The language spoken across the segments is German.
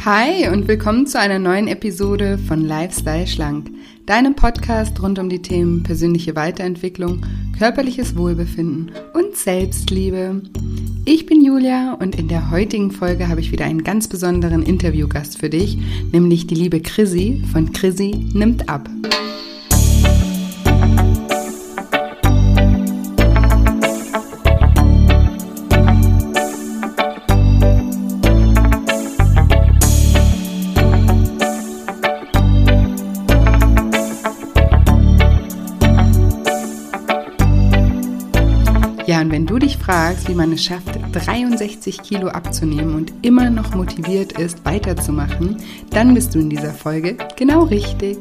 Hi und willkommen zu einer neuen Episode von Lifestyle Schlank, deinem Podcast rund um die Themen persönliche Weiterentwicklung, körperliches Wohlbefinden und Selbstliebe. Ich bin Julia und in der heutigen Folge habe ich wieder einen ganz besonderen Interviewgast für dich, nämlich die liebe Chrissy von Chrissy nimmt ab. Ja, und wenn du dich fragst, wie man es schafft, 63 Kilo abzunehmen und immer noch motiviert ist, weiterzumachen, dann bist du in dieser Folge genau richtig.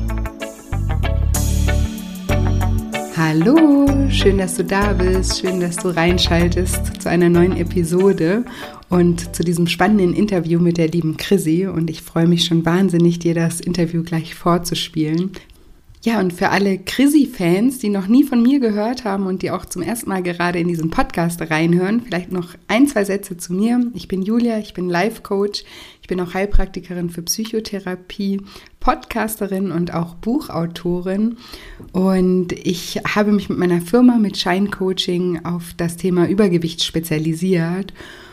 Hallo, schön, dass du da bist, schön, dass du reinschaltest zu einer neuen Episode und zu diesem spannenden Interview mit der lieben Chrissy. Und ich freue mich schon wahnsinnig, dir das Interview gleich vorzuspielen. Ja, und für alle Chrissy-Fans, die noch nie von mir gehört haben und die auch zum ersten Mal gerade in diesen Podcast reinhören, vielleicht noch 1-2 Sätze zu mir. Ich bin Julia, ich bin Life-Coach, ich bin auch Heilpraktikerin für Psychotherapie, Podcasterin und auch Buchautorin. Und ich habe mich mit meiner Firma, mit Shine Coaching, auf das Thema Übergewicht spezialisiert.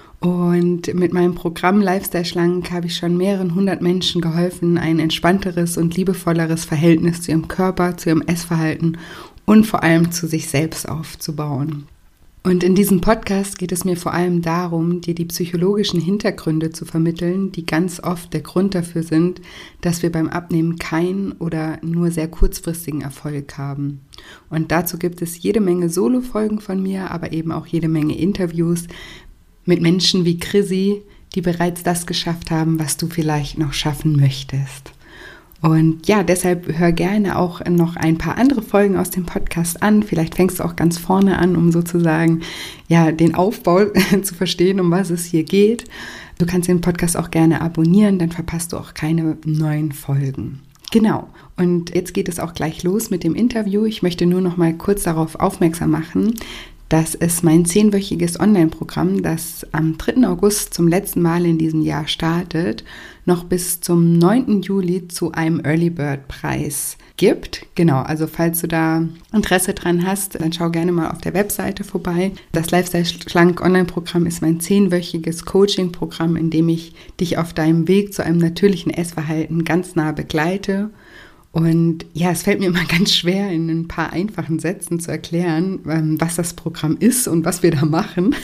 Und mit meinem Programm Lifestyle Schlank habe ich schon mehreren 100 Menschen geholfen, ein entspannteres und liebevolleres Verhältnis zu ihrem Körper, zu ihrem Essverhalten und vor allem zu sich selbst aufzubauen. Und in diesem Podcast geht es mir vor allem darum, dir die psychologischen Hintergründe zu vermitteln, die ganz oft der Grund dafür sind, dass wir beim Abnehmen keinen oder nur sehr kurzfristigen Erfolg haben. Und dazu gibt es jede Menge Solo-Folgen von mir, aber eben auch jede Menge Interviews mit Menschen wie Chrissy, die bereits das geschafft haben, was du vielleicht noch schaffen möchtest. Und ja, deshalb hör gerne auch noch ein paar andere Folgen aus dem Podcast an. Vielleicht fängst du auch ganz vorne an, um sozusagen ja den Aufbau zu verstehen, um was es hier geht. Du kannst den Podcast auch gerne abonnieren, dann verpasst du auch keine neuen Folgen. Genau. Und jetzt geht es auch gleich los mit dem Interview. Ich möchte nur noch mal kurz darauf aufmerksam machen, dass es mein 10-wöchiges Online-Programm, das am 3. August zum letzten Mal in diesem Jahr startet, noch bis zum 9. Juli zu einem Early Bird Preis gibt. Genau, also falls du da Interesse dran hast, dann schau gerne mal auf der Webseite vorbei. Das Lifestyle Schlank Online-Programm ist mein 10-wöchiges Coaching-Programm, in dem ich dich auf deinem Weg zu einem natürlichen Essverhalten ganz nah begleite. Und ja, es fällt mir immer ganz schwer, in ein paar einfachen Sätzen zu erklären, was das Programm ist und was wir da machen.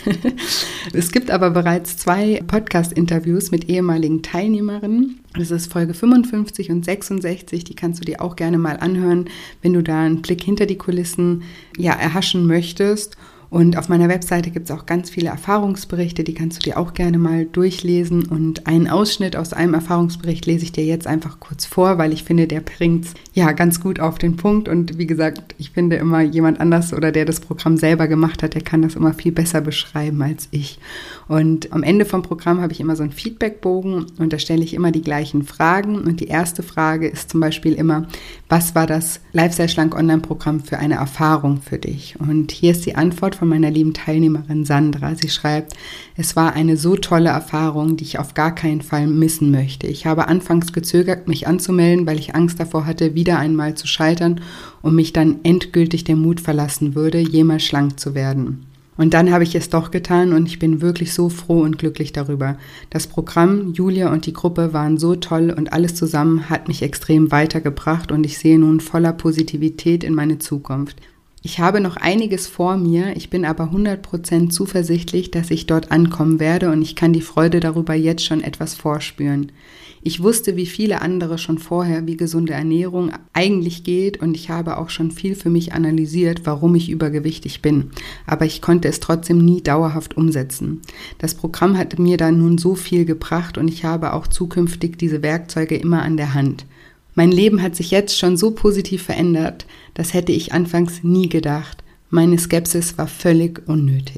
Es gibt aber bereits 2 Podcast-Interviews mit ehemaligen Teilnehmerinnen. Das ist Folge 55 und 66, die kannst du dir auch gerne mal anhören, wenn du da einen Blick hinter die Kulissen erhaschen möchtest. Und auf meiner Webseite gibt es auch ganz viele Erfahrungsberichte, die kannst du dir auch gerne mal durchlesen. Und einen Ausschnitt aus einem Erfahrungsbericht lese ich dir jetzt einfach kurz vor, weil ich finde, der bringt es ganz gut auf den Punkt. Und wie gesagt, ich finde immer jemand anders oder der das Programm selber gemacht hat, der kann das immer viel besser beschreiben als ich. Und am Ende vom Programm habe ich immer so einen Feedbackbogen und da stelle ich immer die gleichen Fragen. Und die erste Frage ist zum Beispiel immer, was war das Lifestyle Schlank Online-Programm für eine Erfahrung für dich? Und hier ist die Antwort von meiner lieben Teilnehmerin Sandra. Sie schreibt, es war eine so tolle Erfahrung, die ich auf gar keinen Fall missen möchte. Ich habe anfangs gezögert, mich anzumelden, weil ich Angst davor hatte, wieder einmal zu scheitern und mich dann endgültig der Mut verlassen würde, jemals schlank zu werden. Und dann habe ich es doch getan und ich bin wirklich so froh und glücklich darüber. Das Programm, Julia und die Gruppe waren so toll und alles zusammen hat mich extrem weitergebracht und ich sehe nun voller Positivität in meine Zukunft. Ich habe noch einiges vor mir, ich bin aber 100% zuversichtlich, dass ich dort ankommen werde und ich kann die Freude darüber jetzt schon etwas vorspüren. Ich wusste wie viele andere schon vorher, wie gesunde Ernährung eigentlich geht und ich habe auch schon viel für mich analysiert, warum ich übergewichtig bin. Aber ich konnte es trotzdem nie dauerhaft umsetzen. Das Programm hat mir dann nun so viel gebracht und ich habe auch zukünftig diese Werkzeuge immer an der Hand. Mein Leben hat sich jetzt schon so positiv verändert, das hätte ich anfangs nie gedacht. Meine Skepsis war völlig unnötig.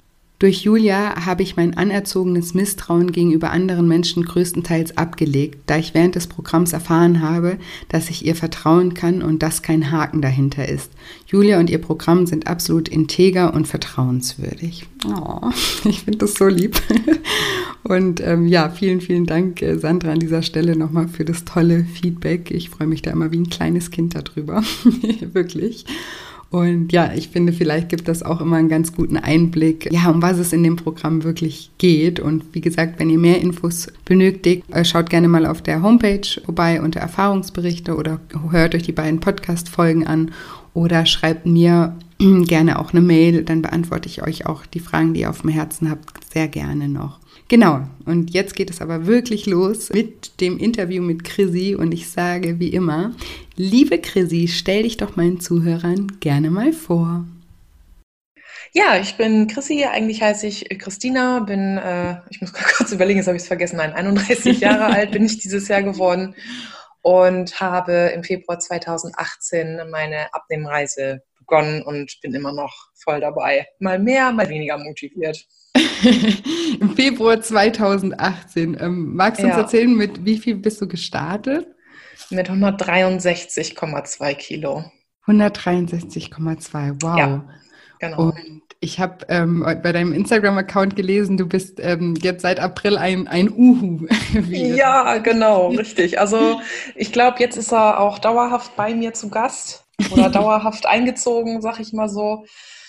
Durch Julia habe ich mein anerzogenes Misstrauen gegenüber anderen Menschen größtenteils abgelegt, da ich während des Programms erfahren habe, dass ich ihr vertrauen kann und dass kein Haken dahinter ist. Julia und ihr Programm sind absolut integer und vertrauenswürdig. Oh, ich finde das so lieb. Und vielen, vielen Dank, Sandra, an dieser Stelle nochmal für das tolle Feedback. Ich freue mich da immer wie ein kleines Kind darüber. Wirklich. Und ja, ich finde, vielleicht gibt das auch immer einen ganz guten Einblick, ja, um was es in dem Programm wirklich geht. Und wie gesagt, wenn ihr mehr Infos benötigt, schaut gerne mal auf der Homepage vorbei unter Erfahrungsberichte oder hört euch die beiden Podcast-Folgen an oder schreibt mir gerne auch eine Mail, dann beantworte ich euch auch die Fragen, die ihr auf dem Herzen habt, sehr gerne noch. Genau, und jetzt geht es aber wirklich los mit dem Interview mit Chrissy und ich sage wie immer, liebe Chrissy, stell dich doch meinen Zuhörern gerne mal vor. Ja, ich bin Chrissy, eigentlich heiße ich Christina, ich muss gerade kurz überlegen, jetzt habe ich es vergessen, 31 Jahre alt bin ich dieses Jahr geworden und habe im Februar 2018 meine Abnehmreise begonnen und bin immer noch voll dabei. Mal mehr, mal weniger motiviert. Im Februar 2018. Magst du uns erzählen, mit wie viel bist du gestartet? Mit 163,2 Kilo. 163,2, wow. Ja, genau. Und ich habe bei deinem Instagram-Account gelesen, du bist jetzt seit April ein Uhu. Ja, genau, richtig. Also ich glaube, jetzt ist er auch dauerhaft bei mir zu Gast oder dauerhaft eingezogen, sag ich mal so.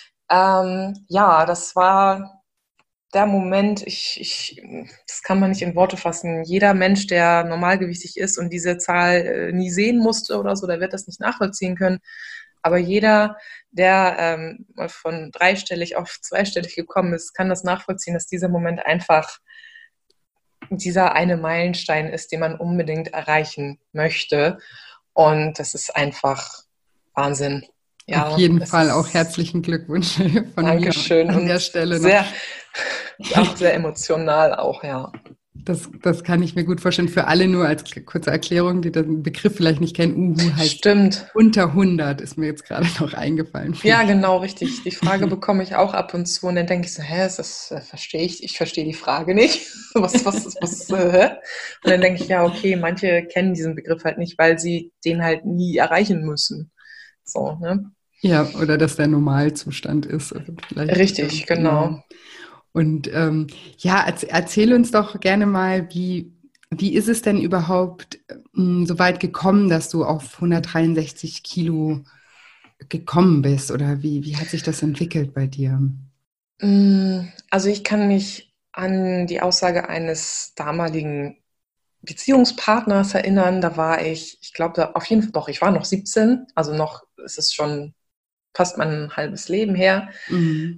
Das war der Moment, das kann man nicht in Worte fassen. Jeder Mensch, der normalgewichtig ist und diese Zahl nie sehen musste oder so, der wird das nicht nachvollziehen können. Aber jeder, der mal von dreistellig auf zweistellig gekommen ist, kann das nachvollziehen, dass dieser Moment einfach dieser eine Meilenstein ist, den man unbedingt erreichen möchte. Und das ist einfach Wahnsinn. Ja, auf jeden Fall auch herzlichen Glückwunsch von Dankeschön. mir an der Stelle. Auch sehr emotional auch, ja. Das kann ich mir gut vorstellen. Für alle nur als kurze Erklärung, die den Begriff vielleicht nicht kennen, Uhu heißt Stimmt. Unter 100, ist mir jetzt gerade noch eingefallen. Ja, genau, richtig. Die Frage bekomme ich auch ab und zu und dann denke ich so, das verstehe ich. Ich verstehe die Frage nicht. Was? Und dann denke ich, ja, okay, manche kennen diesen Begriff halt nicht, weil sie den halt nie erreichen müssen. So, ne? Ja, oder dass der Normalzustand ist. Vielleicht, richtig, genau. Und erzähl uns doch gerne mal, wie ist es denn überhaupt so weit gekommen, dass du auf 163 Kilo gekommen bist? Oder wie hat sich das entwickelt bei dir? Also ich kann mich an die Aussage eines damaligen Beziehungspartners erinnern. Da war ich glaube, auf jeden Fall doch, ich war noch 17, also noch, es ist schon fast mein halbes Leben her. Mhm.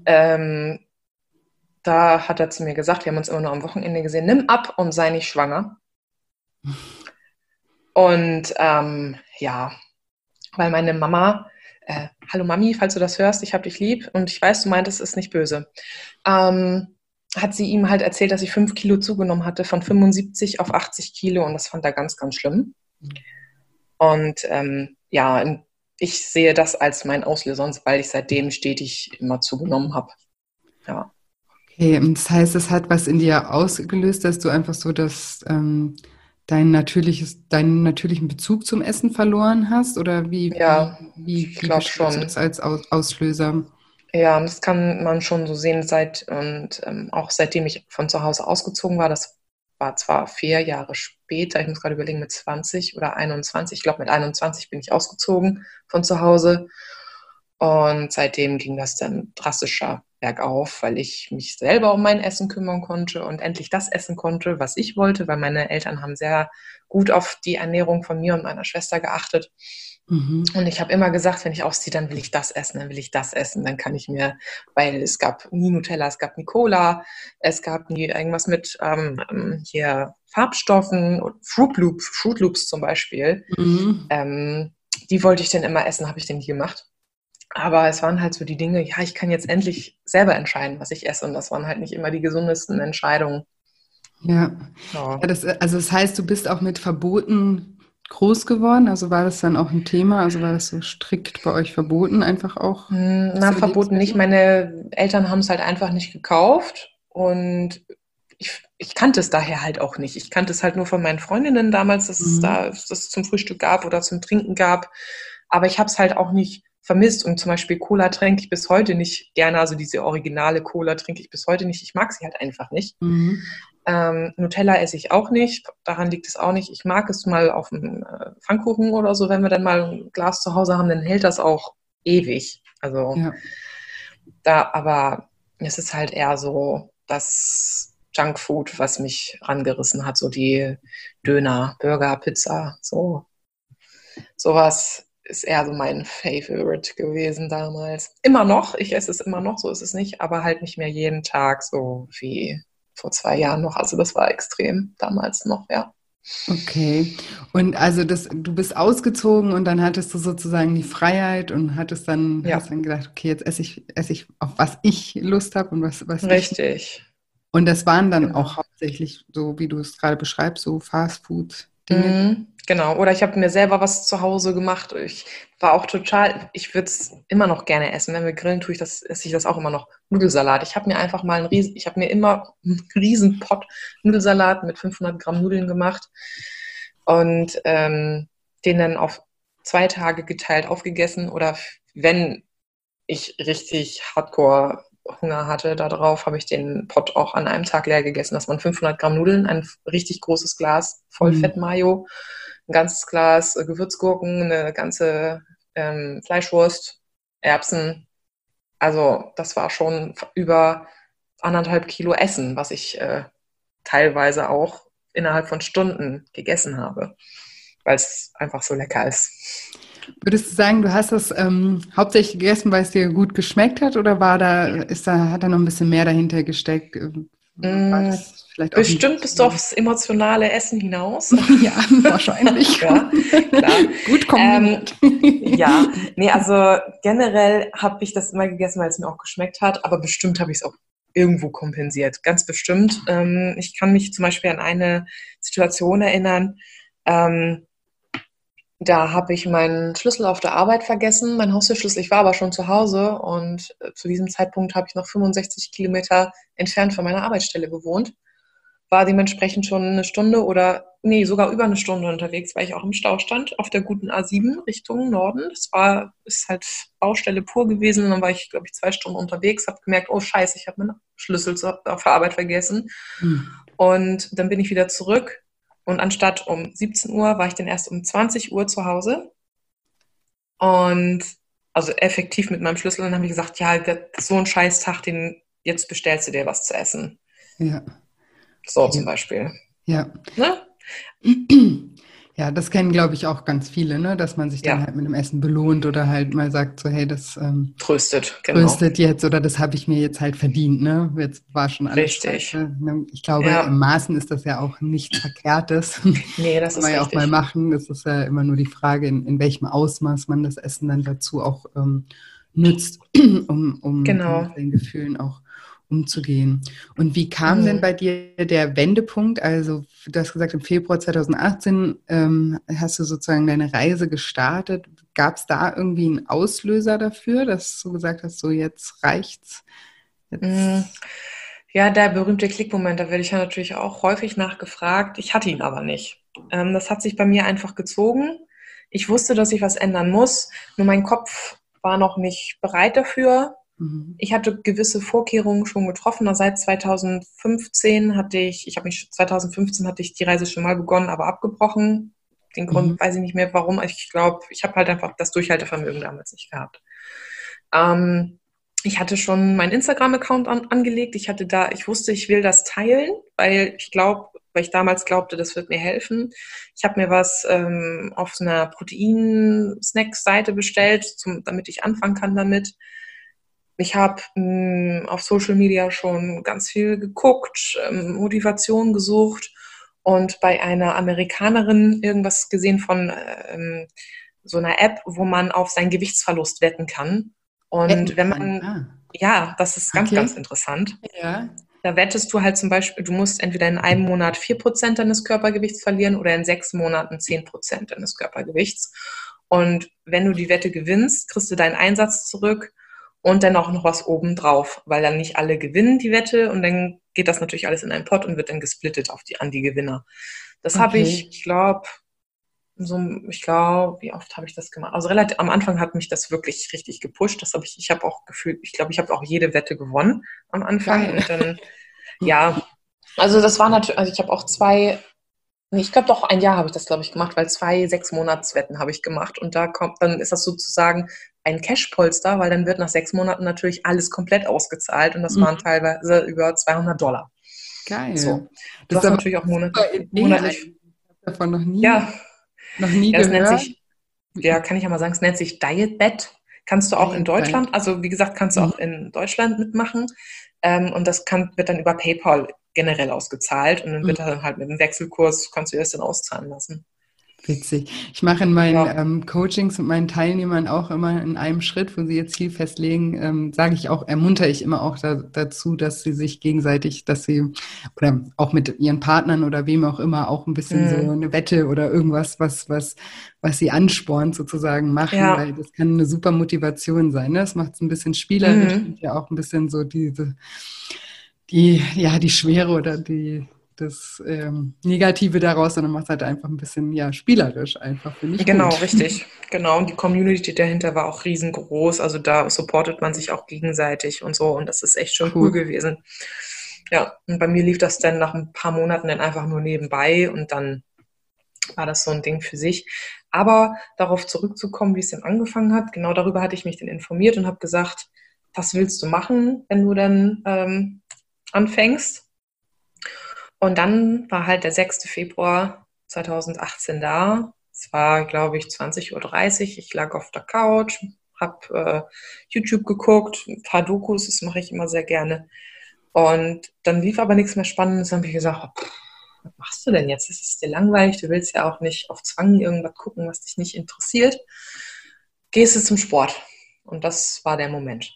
Da hat er zu mir gesagt, wir haben uns immer nur am Wochenende gesehen, nimm ab und sei nicht schwanger. Und weil meine Mama, hallo Mami, falls du das hörst, ich hab dich lieb und ich weiß, du meintest, es ist nicht böse, hat sie ihm halt erzählt, dass ich 5 Kilo zugenommen hatte, von 75 auf 80 Kilo und das fand er ganz, ganz schlimm. Und ich sehe das als mein Auslöser, weil ich seitdem stetig immer zugenommen habe. Ja. Okay, und das heißt, es hat was in dir ausgelöst, dass du einfach so deinen natürlichen Bezug zum Essen verloren hast? Oder wie beschreibst du das als Auslöser? Ja, das kann man schon so sehen, auch seitdem ich von zu Hause ausgezogen war. Das war zwar 4 Jahre später, ich muss gerade überlegen, mit 20 oder 21. Ich glaube, mit 21 bin ich ausgezogen von zu Hause. Und seitdem ging das dann drastischer bergauf, weil ich mich selber um mein Essen kümmern konnte und endlich das essen konnte, was ich wollte, weil meine Eltern haben sehr gut auf die Ernährung von mir und meiner Schwester geachtet. Mhm. Und ich habe immer gesagt, wenn ich ausziehe, dann will ich das essen, dann kann ich mir, weil es gab nie Nutella, es gab nie Cola, es gab nie irgendwas mit hier Farbstoffen, Fruit Loops zum Beispiel. Mhm. Die wollte ich dann immer essen, habe ich denn nie gemacht. Aber es waren halt so die Dinge, ja, ich kann jetzt endlich selber entscheiden, was ich esse. Und das waren halt nicht immer die gesundesten Entscheidungen. Ja, das heißt, du bist auch mit Verboten groß geworden? Also war das dann auch ein Thema? Also war das so strikt bei euch verboten, einfach auch Na, so verboten nicht. Lebensmittel? Meine Eltern haben es halt einfach nicht gekauft und ich kannte es daher halt auch nicht. Ich kannte es halt nur von meinen Freundinnen damals, dass es Mhm. da das zum Frühstück gab oder zum Trinken gab. Aber ich habe es halt auch nicht vermisst und zum Beispiel Cola trinke ich bis heute nicht gerne. Also diese originale Cola trinke ich bis heute nicht. Ich mag sie halt einfach nicht. Mhm. Nutella esse ich auch nicht. Daran liegt es auch nicht. Ich mag es mal auf dem Pfannkuchen oder so. Wenn wir dann mal ein Glas zu Hause haben, dann hält das auch ewig. Also Ja. aber es ist halt eher so das Junkfood, was mich rangerissen hat, so die Döner, Burger, Pizza, so sowas ist eher so mein Favorite gewesen damals. Immer noch, ich esse es immer noch, so ist es nicht, aber halt nicht mehr jeden Tag, so wie vor 2 Jahren noch. Also das war extrem damals noch, ja. Okay. Und also du bist ausgezogen und dann hattest du sozusagen die Freiheit und hast Ja, dann gedacht, okay, jetzt esse ich, auf was ich Lust habe und was ich. richtig, Und das waren dann auch genau. hauptsächlich so, wie du es gerade beschreibst, so Fastfood-Dinge. Genau. Oder ich habe mir selber was zu Hause gemacht. Ich war auch total, ich würde es immer noch gerne essen. Wenn wir grillen, esse ich das auch immer noch. Nudelsalat. Ich habe mir immer einen riesen Pot Nudelsalat mit 500 Gramm Nudeln gemacht und den dann auf 2 Tage geteilt aufgegessen. Oder wenn ich richtig Hardcore Hunger hatte darauf, habe ich den Pot auch an einem Tag leer gegessen. Das waren 500 Gramm Nudeln, ein richtig großes Glas Hm. Vollfett-Mayo, ein ganzes Glas Gewürzgurken, eine ganze Fleischwurst, Erbsen. Also das war schon über 1,5 Kilo Essen, was ich teilweise auch innerhalb von Stunden gegessen habe, weil es einfach so lecker ist. Würdest du sagen, du hast das hauptsächlich gegessen, weil es dir gut geschmeckt hat, oder hat da noch ein bisschen mehr dahinter gesteckt? War Mm, das vielleicht auch ein Bestimmt bist du bisschen, aufs emotionale Essen hinaus. ja, wahrscheinlich. Ja, klar. Gut Ähm, kombiniert. ja, nee, also generell habe ich das immer gegessen, weil es mir auch geschmeckt hat, aber bestimmt habe ich es auch irgendwo kompensiert, ganz bestimmt. Ich kann mich zum Beispiel an eine Situation erinnern, ähm, da habe ich meinen Schlüssel auf der Arbeit vergessen, meinen Haustürschlüssel. Ich war aber schon zu Hause und zu diesem Zeitpunkt habe ich noch 65 Kilometer entfernt von meiner Arbeitsstelle gewohnt, war dementsprechend schon eine Stunde oder nee, sogar über eine Stunde unterwegs, weil ich auch im Stau stand auf der guten A7 Richtung Norden. Ist halt Baustelle pur gewesen und dann war ich, glaube ich, 2 Stunden unterwegs, habe gemerkt, oh Scheiße, ich habe meinen Schlüssel auf der Arbeit vergessen. Hm. Und dann bin ich wieder zurück und anstatt um 17 Uhr war ich dann erst um 20 Uhr zu Hause und also effektiv mit meinem Schlüssel. Und dann habe ich gesagt, ja, das ist so ein Scheißtag, jetzt bestellst du dir was zu essen. Ja, So zum okay. Beispiel. Ja. Ne? Ja, das kennen, glaube ich, auch ganz viele, ne? Dass man sich dann Ja, halt mit dem Essen belohnt oder halt mal sagt, so, hey, das tröstet, genau. tröstet jetzt oder das habe ich mir jetzt halt verdient, ne? Jetzt war schon alles Richtig. scheiße. Ne? Ich glaube, im Ja, Maßen ist das ja auch nichts Verkehrtes. nee, das Kann man ist ja auch mal richtig. machen. Das ist ja immer nur die Frage, in welchem Ausmaß man das Essen dann dazu auch nützt, um mit Genau. den Gefühlen auch umzugehen. Und wie kam denn Mhm. bei dir der Wendepunkt? Also, du hast gesagt, im Februar 2018 hast du sozusagen deine Reise gestartet. Gab es da irgendwie einen Auslöser dafür, dass du gesagt hast, so jetzt reicht's? Mhm. Jetzt. Ja, der berühmte Klickmoment, da werde ich ja natürlich auch häufig nachgefragt. Ich hatte ihn aber nicht. Das hat sich bei mir einfach gezogen. Ich wusste, dass ich was ändern muss, nur mein Kopf war noch nicht bereit dafür. Mhm. Ich hatte gewisse Vorkehrungen schon getroffen. Seit 2015 2015 hatte ich die Reise schon mal begonnen, aber abgebrochen. Den Mhm. Grund weiß ich nicht mehr, warum. Ich glaube, ich habe halt einfach das Durchhaltevermögen damals nicht gehabt. Ähm, Ich hatte schon meinen Instagram-Account angelegt. Ich wusste, ich will das teilen, weil ich damals glaubte, das wird mir helfen. Ich habe mir was auf so einer Protein-Snack-Seite bestellt, damit ich anfangen kann damit. Ich habe auf Social Media schon ganz viel geguckt, Motivation gesucht und bei einer Amerikanerin irgendwas gesehen von so einer App, wo man auf seinen Gewichtsverlust wetten kann. Und Wetten wenn kann. man, Ah, ja, das ist ganz, ganz okay. interessant. Ja. Da wettest du halt zum Beispiel, du musst entweder in einem Monat 4% deines Körpergewichts verlieren oder in 6 Monaten 10% deines Körpergewichts. Und wenn du die Wette gewinnst, kriegst du deinen Einsatz zurück und dann auch noch was obendrauf, weil dann nicht alle gewinnen die Wette und dann geht das natürlich alles in einen Pot und wird dann gesplittet an die Gewinner. Das habe Okay. ich glaube, wie oft habe ich das gemacht? Also relativ am Anfang hat mich das wirklich richtig gepusht. Ich habe auch gefühlt, ich glaube, ich habe auch jede Wette gewonnen am Anfang. Geil. Und dann, ja, also das war natürlich, also ich habe auch nee, ich glaube doch ein Jahr habe ich das, glaube ich, gemacht, weil 2 6-Monats-Wetten habe ich gemacht. Und dann ist das sozusagen ein Cash-Polster, weil dann wird nach 6 Monaten natürlich alles komplett ausgezahlt und das waren Mhm. teilweise über $200. Geil. So. Du Das ist hast aber natürlich auch eine super Idee monatlich, eigentlich. Ich habe davon ja, noch nie ja, das nennt gehört. sich, ja, kann ich ja mal sagen, es nennt sich Diet Bet. Kannst du auch in Geil. Deutschland, also wie gesagt, kannst du Mhm. auch in Deutschland mitmachen. Und wird dann über PayPal generell ausgezahlt und dann wird dann halt mit dem Wechselkurs, kannst du das dann auszahlen lassen. Witzig. Ich mache in meinen Ja. Coachings mit meinen Teilnehmern auch immer in einem Schritt, wo sie ihr Ziel festlegen, sage ich auch, ermuntere ich immer auch dazu, dass sie sich gegenseitig, oder auch mit ihren Partnern oder wem auch immer, auch ein bisschen so Hm. eine Wette oder irgendwas, was sie anspornt sozusagen machen, weil Ja. das kann eine super Motivation sein. Ne? Das macht es ein bisschen spielerisch und Mhm. ja auch ein bisschen so die Schwere oder das Negative daraus, sondern macht es halt einfach ein bisschen, ja, spielerisch einfach, finde ich Genau, gut. richtig. Genau. Und die Community dahinter war auch riesengroß. Also da supportet man sich auch gegenseitig und so. Und das ist echt schon cool Cool. gewesen. Ja, und bei mir lief das dann nach ein paar Monaten dann einfach nur nebenbei und dann war das so ein Ding für sich. Aber darauf zurückzukommen, wie es denn angefangen hat, genau darüber hatte ich mich dann informiert und habe gesagt, was willst du machen, wenn du dann anfängst? Und dann war halt der 6. Februar 2018 da. Es war, glaube ich, 20:30 Uhr. Ich lag auf der Couch, habe YouTube geguckt, ein paar Dokus, das mache ich immer sehr gerne. Und dann lief aber nichts mehr Spannendes. Dann habe ich gesagt, oh, was machst du denn jetzt? Es ist dir langweilig, du willst ja auch nicht auf Zwang irgendwas gucken, was dich nicht interessiert. Gehst du zum Sport. Und das war der Moment.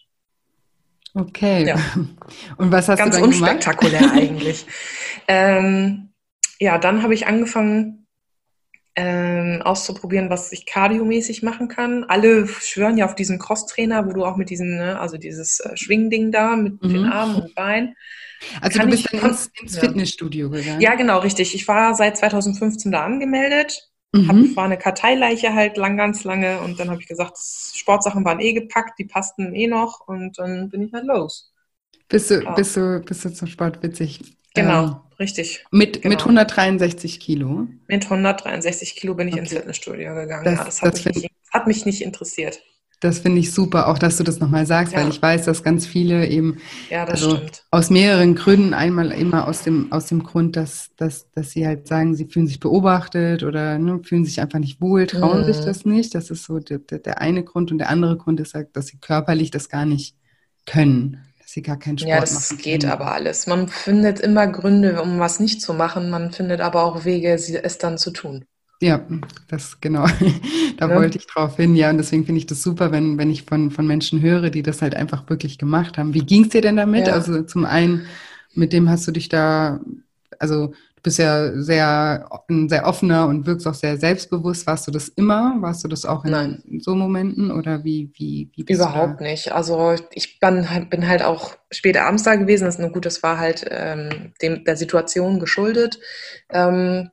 Okay. Ja, Und was hast du ganz dann gemacht? unspektakulär eigentlich. Ähm, ja, dann habe ich angefangen auszuprobieren, was ich kardiomäßig machen kann. Alle schwören ja auf diesen Crosstrainer, wo du auch mit diesem, ne, also dieses Schwingding da mit den Mhm. Armen und Beinen. Also du bist dann ins Ja. Fitnessstudio Ja, gegangen? genau, richtig. Ich war seit 2015 da angemeldet, war Mhm. eine Karteileiche halt ganz lange und dann habe ich gesagt, Sportsachen waren eh gepackt, die passten eh noch und dann bin ich halt los. Ja, Bist du zum Sport witzig? genau, richtig, Mit genau. 163 Kilo. Mit 163 Kilo bin ich ins Okay. Fitnessstudio gegangen. Ja, Das, das das finde hat mich nicht interessiert. Das finde ich super, auch dass du das nochmal sagst, weil Ja, ich weiß, dass ganz viele eben, ja, das also stimmt. aus mehreren Gründen, einmal immer aus dem Grund, dass sie halt sagen, sie fühlen sich beobachtet oder ne, fühlen sich einfach nicht wohl, trauen sich Mhm. das nicht. Das ist so der eine Grund. Und der andere Grund ist halt, dass sie körperlich das gar nicht können, dass sie gar keinen Ja, Sport das machen geht aber können. alles. Man findet immer Gründe, um was nicht zu machen. Man findet aber auch Wege, es dann zu tun. Ja, das genau. Da wollte Ne? ich drauf hin. Ja, und deswegen finde ich das super, wenn ich von Menschen höre, die das halt einfach wirklich gemacht haben. Wie ging es dir denn damit? Ja. Also zum einen, mit dem hast du dich da, also du bist ja ein sehr offener und wirkst auch sehr selbstbewusst. Warst du das immer? Warst du das auch Nein, in so Momenten oder wie bist du da? überhaupt nicht. Also ich bin halt auch spät abends da gewesen. Das ist nur gut, das war halt der Situation geschuldet. Ähm,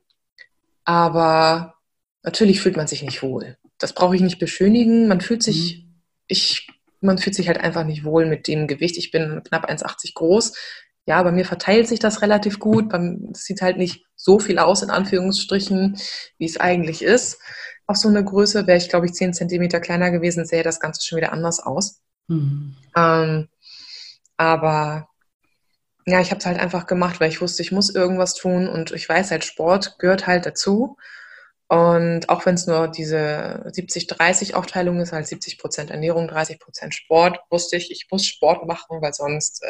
aber natürlich fühlt man sich nicht wohl. Das brauche ich nicht beschönigen. Mhm. Ich, man fühlt sich halt einfach nicht wohl mit dem Gewicht. Ich bin knapp 1,80 groß. Ja, bei mir verteilt sich das relativ gut. Es sieht halt nicht so viel aus, in Anführungsstrichen, wie es eigentlich ist. Auf so eine Größe wäre ich, glaube ich, 10 Zentimeter kleiner gewesen, sähe das Ganze schon wieder anders aus. Mhm. Ähm, aber ja, ich habe es halt einfach gemacht, weil ich wusste, ich muss irgendwas tun und ich weiß halt, Sport gehört halt dazu. Und auch wenn es nur diese 70-30-Aufteilung ist, halt 70% Ernährung, 30% Sport, wusste ich muss Sport machen, weil sonst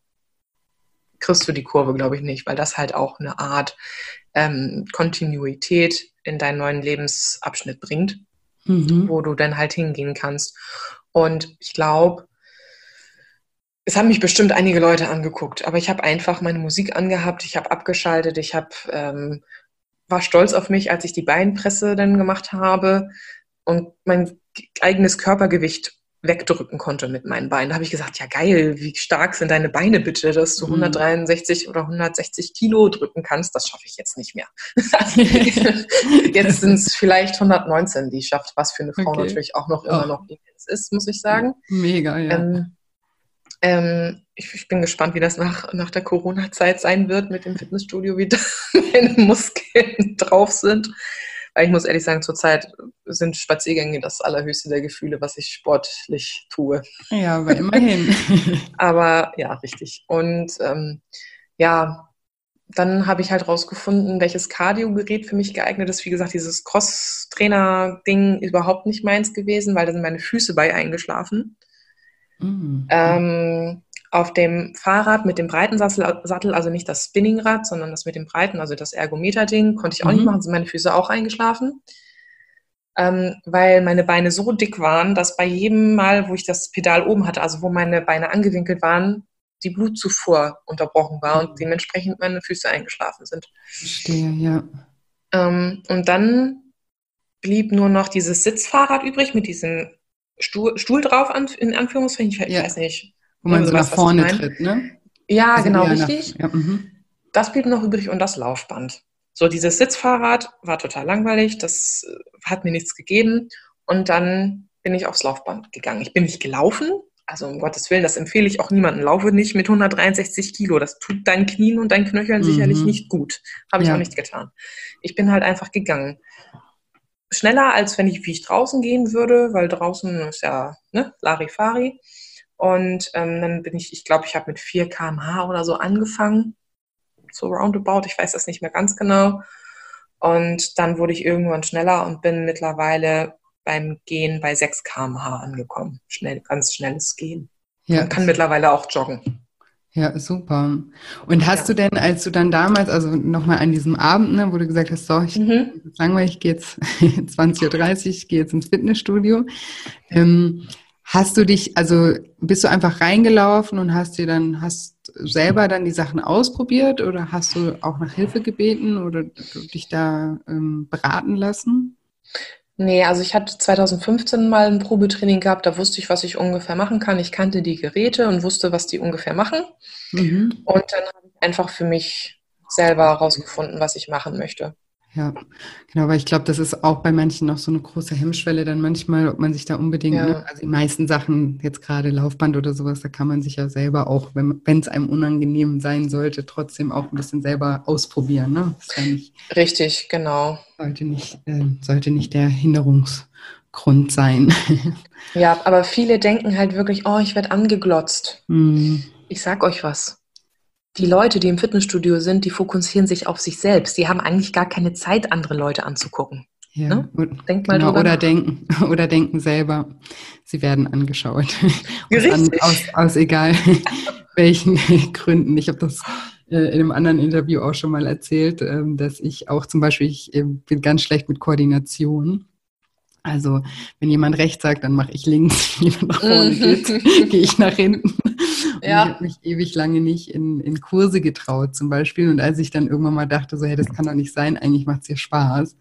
kriegst du die Kurve, glaube ich, nicht, weil das halt auch eine Art Kontinuität in deinen neuen Lebensabschnitt bringt, wo Mhm. du dann halt hingehen kannst. Und ich glaube, Es haben mich bestimmt einige Leute angeguckt, aber ich habe einfach meine Musik angehabt, ich habe abgeschaltet, war stolz auf mich, als ich die Beinpresse dann gemacht habe und mein eigenes Körpergewicht wegdrücken konnte mit meinen Beinen. Da habe ich gesagt, ja geil, wie stark sind deine Beine bitte, dass du 163 oder 160 Kilo drücken kannst. Das schaffe ich jetzt nicht mehr. Jetzt sind es vielleicht 119, die ich schafft, was für eine Frau natürlich auch noch immer noch immens ist, muss ich sagen. Mega, ja. Ich bin gespannt, wie das nach der Corona-Zeit sein wird mit dem Fitnessstudio, wie da meine Muskeln drauf sind. Weil ich muss ehrlich sagen, zurzeit sind Spaziergänge das allerhöchste der Gefühle, was ich sportlich tue. Ja, aber immerhin. Aber ja, richtig. Und ja, dann habe ich halt rausgefunden, welches Cardio-Gerät für mich geeignet ist. Wie gesagt, dieses Cross-Trainer-Ding ist überhaupt nicht meins gewesen, weil da sind meine Füße bei eingeschlafen. Auf dem Fahrrad mit dem breiten Sattel, also nicht das Spinningrad, sondern das mit dem breiten, also das Ergometer-Ding, konnte ich auch nicht machen, sind meine Füße auch eingeschlafen, weil meine Beine so dick waren, dass bei jedem Mal, wo ich das Pedal oben hatte, also wo meine Beine angewinkelt waren, die Blutzufuhr unterbrochen war und dementsprechend meine Füße eingeschlafen sind. Verstehe, ja. Und dann blieb nur noch dieses Sitzfahrrad übrig mit diesem Stuhl drauf, in Anführungszeichen, ich weiß nicht. Wo man so nach vorne tritt, ne? Ja, also genau, richtig. Das blieb noch übrig und das Laufband. So, dieses Sitzfahrrad war total langweilig, das hat mir nichts gegeben und dann bin ich aufs Laufband gegangen. Ich bin nicht gelaufen, also um Gottes Willen, das empfehle ich auch niemandem. Laufe nicht mit 163 Kilo, das tut deinen Knien und deinen Knöcheln sicherlich nicht gut. Habe ich auch nicht getan. Ich bin halt einfach gegangen. Schneller, als wie ich draußen gehen würde, weil draußen ist ja Larifari. Und dann bin ich glaube, ich habe mit 4 km/h oder so angefangen. So roundabout, ich weiß das nicht mehr ganz genau. Und dann wurde ich irgendwann schneller und bin mittlerweile beim Gehen bei 6 km/h angekommen. Ganz schnelles Gehen. Ja, man kann mittlerweile auch joggen. Ja, super. Und hast du denn, als du dann damals, also nochmal an diesem Abend, ne, wo du gesagt hast, so, ich bin langweilig, ich gehe jetzt 20:30 Uhr, ich gehe jetzt ins Fitnessstudio, hast du dich, also bist du einfach reingelaufen und hast selber dann die Sachen ausprobiert oder hast du auch nach Hilfe gebeten oder dich da beraten lassen? Nee, also ich hatte 2015 mal ein Probetraining gehabt, da wusste ich, was ich ungefähr machen kann. Ich kannte die Geräte und wusste, was die ungefähr machen. Und dann habe ich einfach für mich selber herausgefunden, was ich machen möchte. Ja, genau, weil ich glaube, das ist auch bei manchen noch so eine große Hemmschwelle dann manchmal, ob man sich da unbedingt, also die meisten Sachen, jetzt gerade Laufband oder sowas, da kann man sich ja selber auch, wenn es einem unangenehm sein sollte, trotzdem auch ein bisschen selber ausprobieren, ne? Das ist ja nicht, richtig, genau. Sollte nicht der Hinderungsgrund sein. Ja, aber viele denken halt wirklich, oh, ich werde angeglotzt. Ich sag euch was. Die Leute, die im Fitnessstudio sind, die fokussieren sich auf sich selbst. Die haben eigentlich gar keine Zeit, andere Leute anzugucken. Ja, ne? Denk mal drüber nach. Denken selber, sie werden angeschaut. Richtig. Aus egal welchen Gründen. Ich habe das in einem anderen Interview auch schon mal erzählt, dass ich auch zum Beispiel, ich bin ganz schlecht mit Koordination. Also wenn jemand rechts sagt, dann mache ich links. Wenn jemand nach vorne geht, gehe ich nach hinten. Und ich habe mich ewig lange nicht in Kurse getraut zum Beispiel. Und als ich dann irgendwann mal dachte, so, hey, das kann doch nicht sein, eigentlich macht es ja Spaß.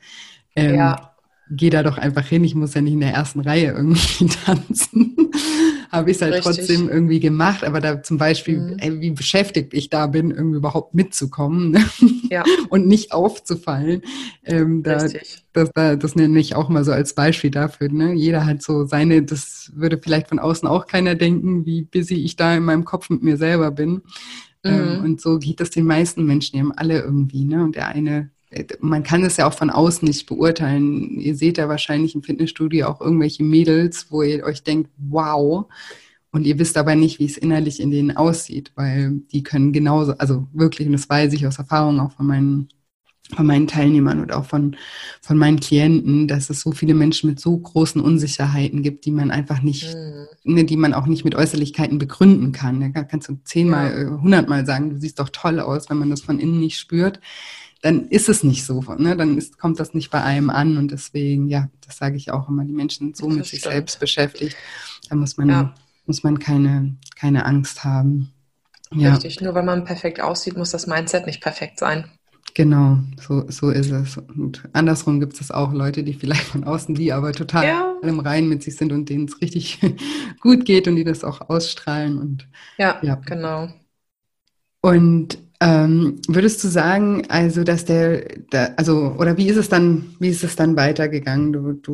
Geh da doch einfach hin, ich muss ja nicht in der ersten Reihe irgendwie tanzen. Habe ich es halt trotzdem irgendwie gemacht, aber da zum Beispiel, wie beschäftigt ich da bin, irgendwie überhaupt mitzukommen, ne? Und nicht aufzufallen. Das nenne ich auch mal so als Beispiel dafür. Ne? Jeder hat so das würde vielleicht von außen auch keiner denken, wie busy ich da in meinem Kopf mit mir selber bin. Und so geht das den meisten Menschen, die haben alle irgendwie, ne? Und der eine, man kann es ja auch von außen nicht beurteilen. Ihr seht ja wahrscheinlich im Fitnessstudio auch irgendwelche Mädels, wo ihr euch denkt, wow, und ihr wisst aber nicht, wie es innerlich in denen aussieht, weil die können genauso, also wirklich, und das weiß ich aus Erfahrung auch von meinen Teilnehmern und auch von meinen Klienten, dass es so viele Menschen mit so großen Unsicherheiten gibt, die man einfach nicht, die man auch nicht mit Äußerlichkeiten begründen kann. Da kannst du 10-mal, 100-mal sagen, du siehst doch toll aus, wenn man das von innen nicht spürt. Dann ist es nicht so, ne? Dann kommt das nicht bei einem an und deswegen, das sage ich auch immer, die Menschen sind so mit sich selbst beschäftigt, da muss man keine keine Angst haben. Ja, Richtig, nur weil man perfekt aussieht, muss das Mindset nicht perfekt sein. genau, so ist es. Und andersrum gibt es auch Leute, die vielleicht von außen, die aber total Ja, im Reinen mit sich sind und denen es richtig gut geht und die das auch ausstrahlen. Und ja, ja. genau. Und würdest du sagen, also dass also, oder wie ist es dann weitergegangen?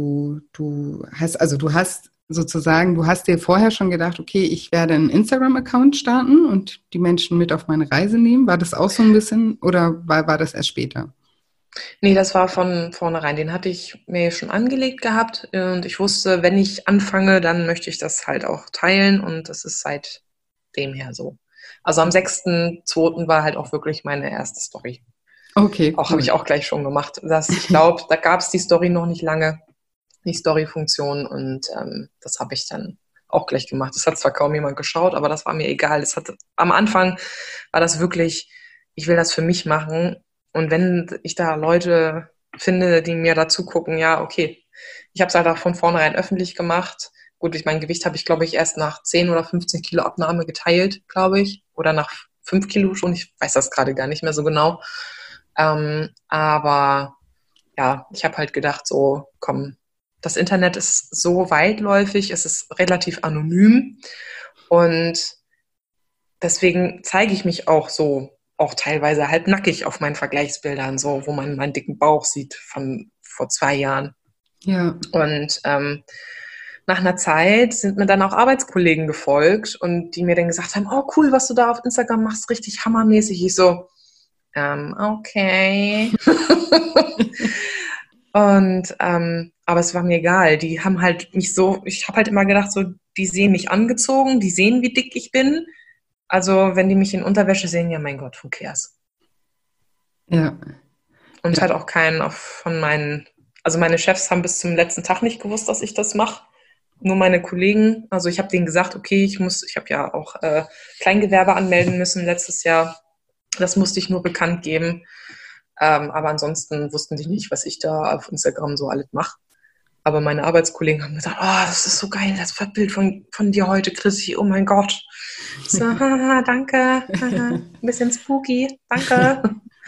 Du hast sozusagen, du hast dir vorher schon gedacht, okay, ich werde einen Instagram-Account starten und die Menschen mit auf meine Reise nehmen. War das auch so ein bisschen oder war das erst später? Nee, das war von vornherein. Den hatte ich mir schon angelegt gehabt und ich wusste, wenn ich anfange, dann möchte ich das halt auch teilen und das ist seitdem her so. Also am 6.2. war halt auch wirklich meine erste Story. Okay, Auch habe cool. ich auch gleich schon gemacht. Ich glaube, da gab es die Story noch nicht lange, die Story-Funktion und das habe ich dann auch gleich gemacht. Das hat zwar kaum jemand geschaut, aber das war mir egal. Am Anfang war das wirklich, ich will das für mich machen und wenn ich da Leute finde, die mir dazu gucken, ja, okay. Ich habe es halt auch von vornherein öffentlich gemacht. Gut, mein Gewicht habe ich, glaube ich, erst nach 10 oder 15 Kilo Abnahme geteilt, glaube ich. Oder nach 5 Kilo schon. Ich weiß das gerade gar nicht mehr so genau. Aber ja, ich habe halt gedacht, so, komm, das Internet ist so weitläufig, es ist relativ anonym und deswegen zeige ich mich auch so, auch teilweise halb nackig auf meinen Vergleichsbildern, so, wo man meinen dicken Bauch sieht von vor 2 Jahren. Ja, Und nach einer Zeit sind mir dann auch Arbeitskollegen gefolgt und die mir dann gesagt haben, oh cool, was du da auf Instagram machst, richtig hammermäßig. Ich so, okay. Und aber es war mir egal. Die haben halt mich so, ich habe halt immer gedacht, so, die sehen mich angezogen, die sehen, wie dick ich bin. Also wenn die mich in Unterwäsche sehen, ja mein Gott, who cares? ja, Und es ja. hat auch keinen von meinen, also meine Chefs haben bis zum letzten Tag nicht gewusst, dass ich das mache. Nur meine Kollegen, also ich habe denen gesagt, okay, ich habe ja auch Kleingewerbe anmelden müssen letztes Jahr. Das musste ich nur bekannt geben. Aber ansonsten wussten die nicht, was ich da auf Instagram so alles mache. Aber meine Arbeitskollegen haben gesagt, oh, das ist so geil, das Bild von dir heute, Chrissy, oh mein Gott. Ich so, haha, danke, haha, ein bisschen spooky, danke.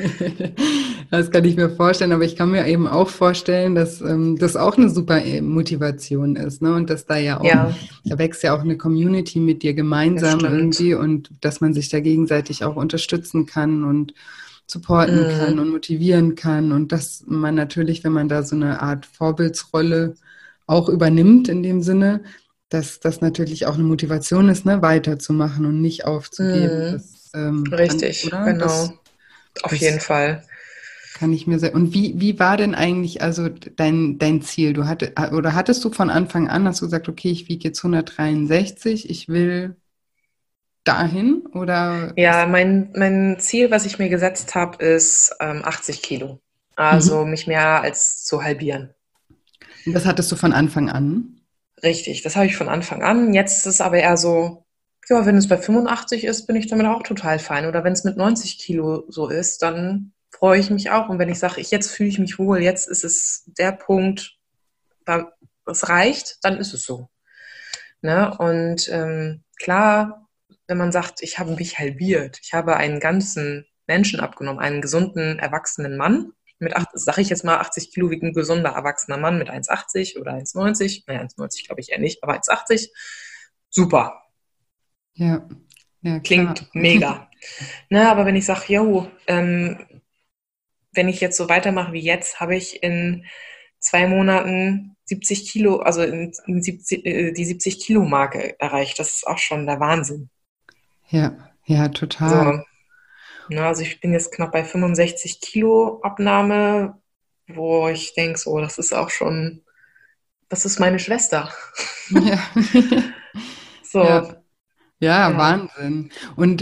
Das kann ich mir vorstellen, aber ich kann mir eben auch vorstellen, dass das auch eine super Motivation ist, ne? Und dass da ja auch, Ja, da wächst ja auch eine Community mit dir das gemeinsam stimmt. irgendwie und dass man sich da gegenseitig auch unterstützen kann und supporten kann Mm, und motivieren kann und dass man natürlich, wenn man da so eine Art Vorbildsrolle auch übernimmt in dem Sinne, dass das natürlich auch eine Motivation ist, ne, weiterzumachen und nicht aufzugeben. mm, Das richtig, oder? genau. Auf jeden Das Fall. kann ich mir sehr. Und wie war denn eigentlich also dein Ziel? Oder hattest du von Anfang an, hast du gesagt, okay, ich wiege jetzt 163, ich will dahin? Oder Ja, mein Ziel, was ich mir gesetzt habe, ist 80 Kilo. Also mhm. mich mehr als zu halbieren. Und das hattest du von Anfang an? Richtig, das habe ich von Anfang an. Jetzt ist es aber eher so, ja, wenn es bei 85 ist, bin ich damit auch total fein. Oder wenn es mit 90 Kilo so ist, dann freue ich mich auch. Und wenn ich sage, jetzt fühle ich mich wohl, jetzt ist es der Punkt, da es reicht, dann ist es so. Ne? Und klar, wenn man sagt, ich habe mich halbiert, ich habe einen ganzen Menschen abgenommen, einen gesunden, erwachsenen Mann, sage ich jetzt mal, 80 Kilo wiegt ein gesunder, erwachsener Mann mit 1,80 oder 1,90, naja, 1,90 glaube ich eher nicht, aber 1,80, super, Ja, ja, klar. klingt mega. Ne, aber wenn ich sage, jo, wenn ich jetzt so weitermache wie jetzt, habe ich in 2 Monaten 70 Kilo, also die 70 Kilo Marke erreicht. Das ist auch schon der Wahnsinn. Ja, ja, total. So, ne, also ich bin jetzt knapp bei 65 Kilo Abnahme, wo ich denke, so, das ist auch schon, das ist meine Schwester. Ja. Ja, So, ja, ja. Wahnsinn. Und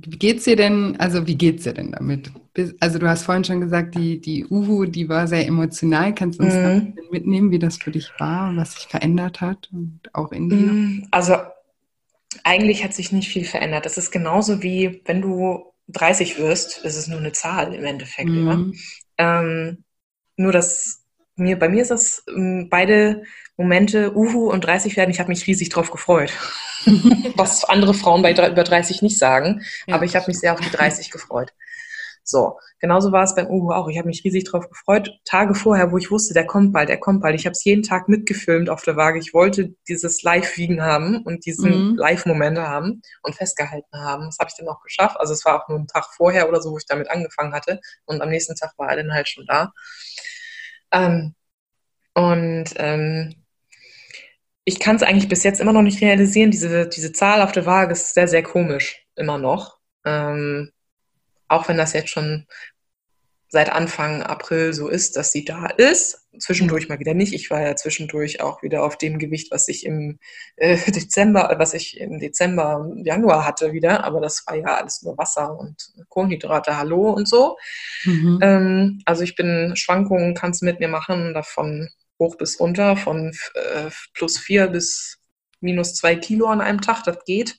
wie geht's dir denn damit? Also du hast vorhin schon gesagt, die Uhu, die war sehr emotional. Kannst du uns da ein Mhm. bisschen mitnehmen, wie das für dich war und was sich verändert hat und auch in dir? Also eigentlich hat sich nicht viel verändert. Das ist genauso wie wenn du 30 wirst, ist es nur eine Zahl im Endeffekt, ja. Mhm. Ähm, nur bei mir ist das beide Momente, Uhu und 30 werden, ich habe mich riesig drauf gefreut. was andere Frauen bei über 30 nicht sagen. Ja. Aber ich habe mich sehr auf die 30 gefreut. So, genauso war es beim Uhu auch. Ich habe mich riesig drauf gefreut. Tage vorher, wo ich wusste, der kommt bald, der kommt bald. Ich habe es jeden Tag mitgefilmt auf der Waage. Ich wollte dieses Live-Wiegen haben und diesen Live-Momente haben und festgehalten haben. Das habe ich dann auch geschafft. Also es war auch nur ein Tag vorher oder so, wo ich damit angefangen hatte. Und am nächsten Tag war er dann halt schon da. Ich kann es eigentlich bis jetzt immer noch nicht realisieren. Diese Zahl auf der Waage ist sehr, sehr komisch. Immer noch. Auch wenn das jetzt schon seit Anfang April so ist, dass sie da ist. Zwischendurch mal wieder nicht. Ich war ja zwischendurch auch wieder auf dem Gewicht, was ich im Dezember, Januar hatte wieder. Aber das war ja alles nur Wasser und Kohlenhydrate, hallo und so. Also ich bin Schwankungen, kannst du mit mir machen, davon hoch bis runter, von +4 bis -2 Kilo an einem Tag, das geht.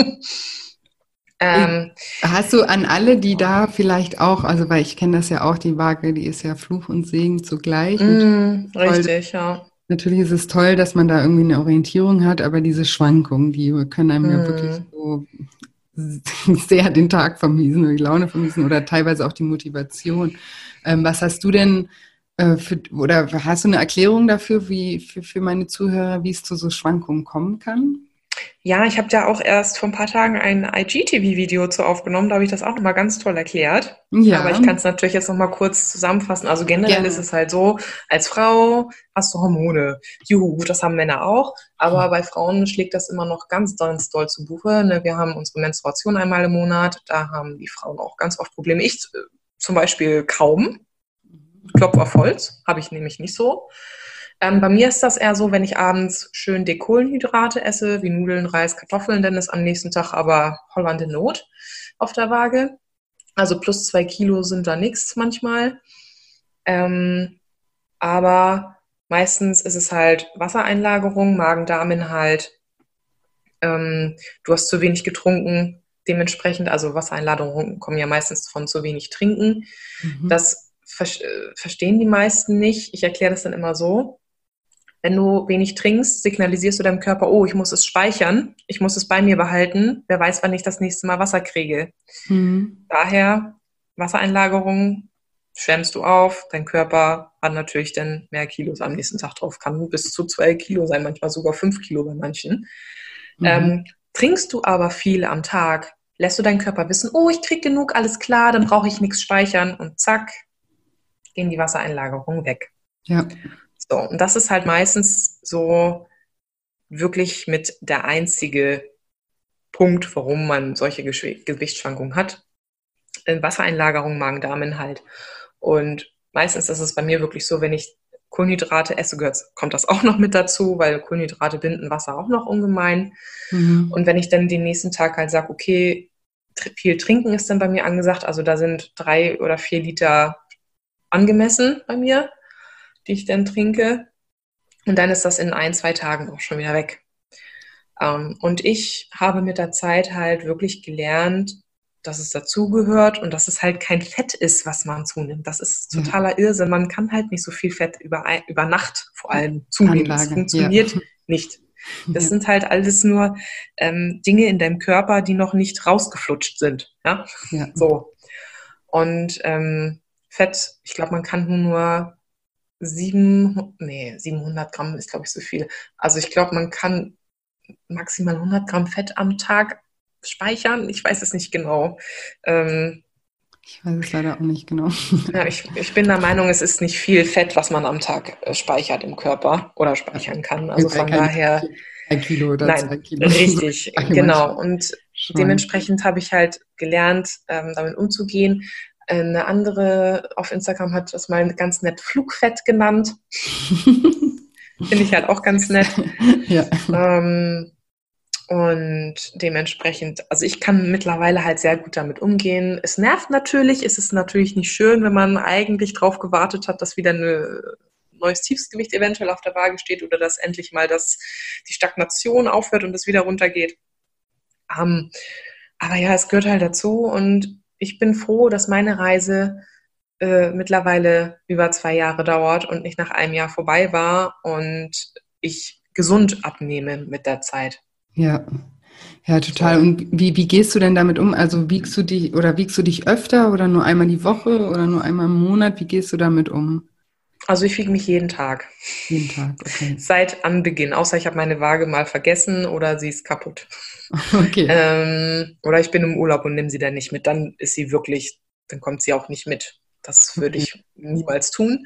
Hast du an alle, die da vielleicht auch, also weil ich kenne das ja auch, die Waage, die ist ja Fluch und Segen zugleich. Richtig, ja. Natürlich ist es toll, dass man da irgendwie eine Orientierung hat, aber diese Schwankungen, die können einem ja wirklich so sehr den Tag vermiesen oder die Laune vermiesen oder teilweise auch die Motivation. Was hast du denn oder hast du eine Erklärung dafür, wie für meine Zuhörer, wie es zu so Schwankungen kommen kann? Ja, ich habe ja auch erst vor ein paar Tagen ein IGTV-Video zu aufgenommen, da habe ich das auch nochmal ganz toll erklärt. Ja. Aber ich kann es natürlich jetzt nochmal kurz zusammenfassen. Also generell ist es halt so, als Frau hast du Hormone. Juhu, das haben Männer auch. Aber bei Frauen schlägt das immer noch ganz, ganz doll zu Buche. Ne? Wir haben unsere Menstruation einmal im Monat. Da haben die Frauen auch ganz oft Probleme. Ich zum Beispiel kaum. Klopf auf Holz, habe ich nämlich nicht so. Bei mir ist das eher so, wenn ich abends schön Kohlenhydrate esse, wie Nudeln, Reis, Kartoffeln, dann ist am nächsten Tag aber Holland in Not auf der Waage. Also +2 Kilo sind da nichts manchmal. Aber meistens ist es halt Wassereinlagerung, Magen-Darm-Inhalt. Du hast zu wenig getrunken, dementsprechend, also Wassereinlagerungen kommen ja meistens von zu wenig Trinken. Das verstehen die meisten nicht. Ich erkläre das dann immer so. Wenn du wenig trinkst, signalisierst du deinem Körper, oh, ich muss es speichern, ich muss es bei mir behalten. Wer weiß, wann ich das nächste Mal Wasser kriege. Daher Wassereinlagerung, schwemmst du auf, dein Körper hat natürlich dann mehr Kilos am nächsten Tag drauf, kann bis zu 2 Kilo sein, manchmal sogar 5 Kilo bei manchen. Trinkst du aber viel am Tag, lässt du deinen Körper wissen, oh, ich krieg genug, alles klar, dann brauche ich nichts speichern und zack, gehen die Wassereinlagerungen weg. Ja. So, und das ist halt meistens so wirklich mit der einzige Punkt, warum man solche Gewichtsschwankungen hat. Wassereinlagerung, Magen-Darm-Inhalt. Und meistens ist es bei mir wirklich so, wenn ich Kohlenhydrate esse, kommt das auch noch mit dazu, weil Kohlenhydrate binden Wasser auch noch ungemein. Und wenn ich dann den nächsten Tag halt sage, okay, viel trinken ist dann bei mir angesagt, also da sind 3 oder 4 Liter angemessen bei mir, die ich dann trinke. Und dann ist das in 1-2 Tagen auch schon wieder weg. Und ich habe mit der Zeit halt wirklich gelernt, dass es dazugehört und dass es halt kein Fett ist, was man zunimmt. Das ist totaler Irrsinn. Man kann halt nicht so viel Fett über Nacht vor allem zunehmen. Das funktioniert nicht. Das sind halt alles nur Dinge in deinem Körper, die noch nicht rausgeflutscht sind. Ja? So. Und Fett, ich glaube, man kann nur 700 Gramm ist, glaube ich, so viel. Also ich glaube, man kann maximal 100 Gramm Fett am Tag speichern. Ich weiß es nicht genau. Ich weiß es leider auch nicht genau. Ja, ich bin der Meinung, es ist nicht viel Fett, was man am Tag speichert im Körper oder speichern kann. Also von daher... 2 Kilo oder 2 Kilo. Richtig, genau. Und dementsprechend habe ich halt gelernt, damit umzugehen. Eine andere auf Instagram hat das mal ganz nett Flugfett genannt. Finde ich halt auch ganz nett. Ja. Und dementsprechend, also ich kann mittlerweile halt sehr gut damit umgehen. Es nervt natürlich, es ist natürlich nicht schön, wenn man eigentlich drauf gewartet hat, dass wieder ein neues Tiefsgewicht eventuell auf der Waage steht oder dass endlich mal die Stagnation aufhört und es wieder runtergeht. Aber ja, es gehört halt dazu und ich bin froh, dass meine Reise mittlerweile über 2 Jahre dauert und nicht nach einem Jahr vorbei war und ich gesund abnehme mit der Zeit. Ja, Ja, total. So. Und wie gehst du denn damit um? Also wiegst du dich öfter oder nur einmal die Woche oder nur einmal im Monat? Wie gehst du damit um? Also ich wiege mich jeden Tag. Jeden Tag, okay. Seit Anbeginn, außer ich habe meine Waage mal vergessen oder sie ist kaputt. Okay. Oder ich bin im Urlaub und nehme sie dann nicht mit. Dann ist sie wirklich, dann kommt sie auch nicht mit. Das würde Okay. ich niemals tun.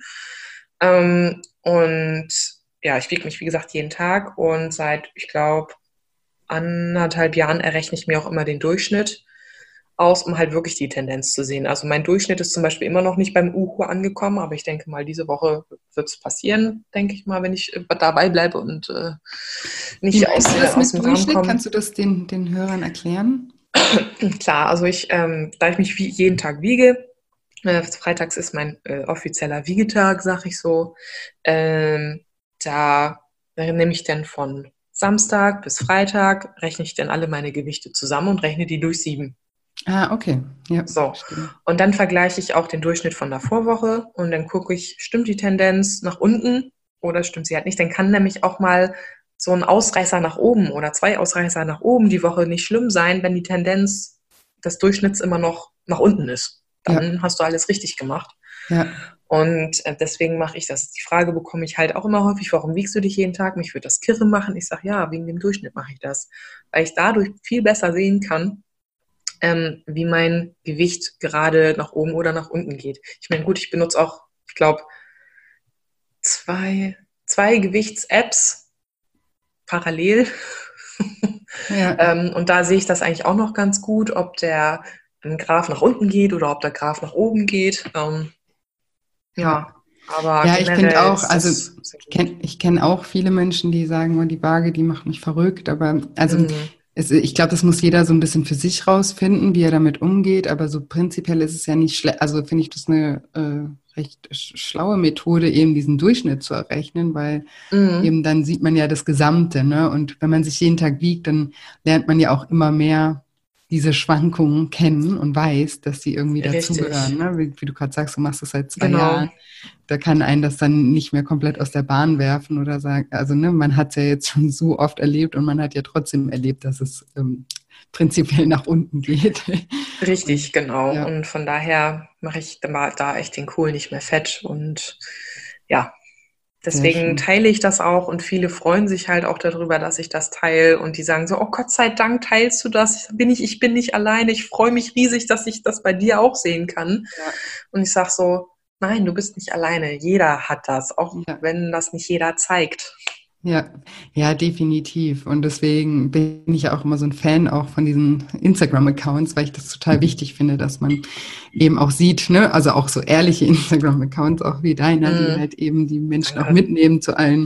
Und ja, ich wiege mich, wie gesagt, jeden Tag und seit, ich glaube, 1,5 Jahren errechne ich mir auch immer den Durchschnitt aus, um halt wirklich die Tendenz zu sehen. Also mein Durchschnitt ist zum Beispiel immer noch nicht beim Uhu angekommen, aber ich denke mal, diese Woche wird es passieren, denke ich mal, wenn ich dabei bleibe und Wie nicht meinst du das aus mit dem Rahmen Durchschnitt? komme. Kannst du das den Hörern erklären? Klar, also da ich mich jeden Tag wiege, freitags ist mein offizieller Wiegetag, sag ich so, da nehme ich dann von Samstag bis Freitag, rechne ich dann alle meine Gewichte zusammen und rechne die durch 7. Ah, okay. Ja, So, verstehe. und dann vergleiche ich auch den Durchschnitt von der Vorwoche und dann gucke ich, stimmt die Tendenz nach unten oder stimmt sie halt nicht. Dann kann nämlich auch mal so ein Ausreißer nach oben oder 2 Ausreißer nach oben die Woche nicht schlimm sein, wenn die Tendenz des Durchschnitts immer noch nach unten ist. Ja, Dann hast du alles richtig gemacht. ja, Und deswegen mache ich das. Die Frage bekomme ich halt auch immer häufig, warum wiegst du dich jeden Tag? Mich würde das kirre machen. Ich sage, ja, wegen dem Durchschnitt mache ich das. Weil ich dadurch viel besser sehen kann, wie mein Gewicht gerade nach oben oder nach unten geht. Ich meine, gut, ich benutze auch, ich glaube, zwei Gewichts-Apps parallel. ja. Und da sehe ich das eigentlich auch noch ganz gut, ob der Graph nach unten geht oder ob der Graph nach oben geht. Ja. Ja, aber Ja, ich finde generell auch, ist also das sehr ich gut. kenne ich kenn auch viele Menschen, die sagen, oh, die Waage, die macht mich verrückt. Aber also Mhm. ich glaube, das muss jeder so ein bisschen für sich rausfinden, wie er damit umgeht. Aber so prinzipiell ist es ja nicht schlecht. Also finde ich das eine recht schlaue Methode, eben diesen Durchschnitt zu errechnen, weil Mhm. eben dann sieht man ja das Gesamte, ne? Und wenn man sich jeden Tag wiegt, dann lernt man ja auch immer mehr diese Schwankungen kennen und weiß, dass die irgendwie dazugehören, Richtig, ne? Wie du gerade sagst, du machst das seit 2 Jahren, genau. da kann einen das dann nicht mehr komplett aus der Bahn werfen oder sagen, also ne, man hat es ja jetzt schon so oft erlebt und man hat ja trotzdem erlebt, dass es prinzipiell nach unten geht. Und Richtig, genau. ja, Und von daher mache ich da echt den Kohl nicht mehr fett. Und ja, sehr deswegen schön. teile ich das auch und viele freuen sich halt auch darüber, dass ich das teile und die sagen so, oh Gott sei Dank teilst du das. Ich bin nicht alleine. Ich freue mich riesig, dass ich das bei dir auch sehen kann. Ja, Und ich sage so, nein, du bist nicht alleine. Jeder hat das, auch ja. wenn das nicht jeder zeigt. Ja, ja, definitiv. Und deswegen bin ich ja auch immer so ein Fan auch von diesen Instagram-Accounts, weil ich das total wichtig finde, dass man eben auch sieht, ne, also auch so ehrliche Instagram-Accounts, auch wie deiner, die Mm, halt eben die Menschen auch danke. mitnehmen zu allen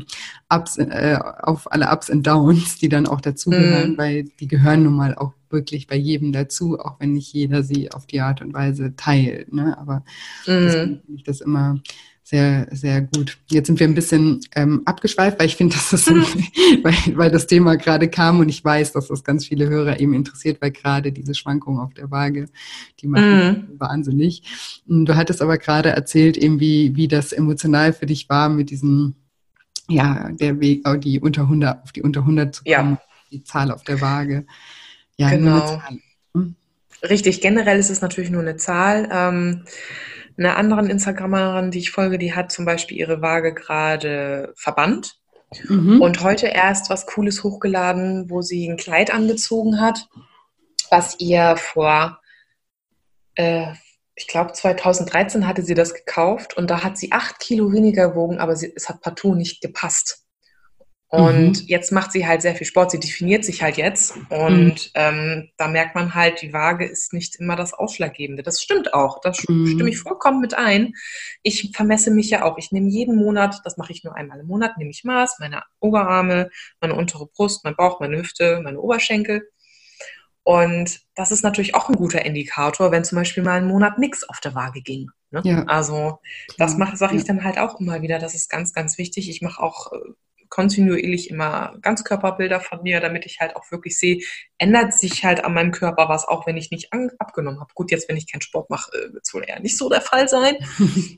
auf alle Ups und Downs, die dann auch dazugehören, Mm, weil die gehören nun mal auch wirklich bei jedem dazu, auch wenn nicht jeder sie auf die Art und Weise teilt, ne, aber deswegen mm, finde ich das immer sehr, sehr gut. Jetzt sind wir ein bisschen abgeschweift, weil ich finde, dass das weil das Thema gerade kam und ich weiß, dass das ganz viele Hörer eben interessiert, weil gerade diese Schwankungen auf der Waage, die machen mm. wahnsinnig. Du hattest aber gerade erzählt, eben wie das emotional für dich war, mit diesem, ja, der Weg auf die unter 100 zu kommen, Ja, die Zahl auf der Waage. Ja, nur eine genau. Zahl. Hm? Richtig, generell ist es natürlich nur eine Zahl. Einer anderen Instagramerin, die ich folge, die hat zum Beispiel ihre Waage gerade verbannt Mhm. und heute erst was Cooles hochgeladen, wo sie ein Kleid angezogen hat, was ihr vor, äh, ich glaube 2013 hatte sie das gekauft und da hat sie 8 Kilo weniger gewogen, aber es hat partout nicht gepasst. Und Mhm. jetzt macht sie halt sehr viel Sport. Sie definiert sich halt jetzt. Mhm. Und da merkt man halt, die Waage ist nicht immer das Ausschlaggebende. Das stimmt auch. Das stimme ich Mhm. vollkommen mit ein. Ich vermesse mich ja auch. Ich nehme jeden Monat, das mache ich nur einmal im Monat, nehme ich Maß, meine Oberarme, meine untere Brust, mein Bauch, meine Hüfte, meine Oberschenkel. Und das ist natürlich auch ein guter Indikator, wenn zum Beispiel mal einen Monat nichts auf der Waage ging. Ne? Ja, Also das klar. sage ich Ja. dann halt auch immer wieder. Das ist ganz, ganz wichtig. Ich mache auch kontinuierlich immer Ganzkörperbilder von mir, damit ich halt auch wirklich sehe, ändert sich halt an meinem Körper was, auch wenn ich nicht abgenommen habe. Gut, jetzt, wenn ich keinen Sport mache, wird es wohl eher nicht so der Fall sein.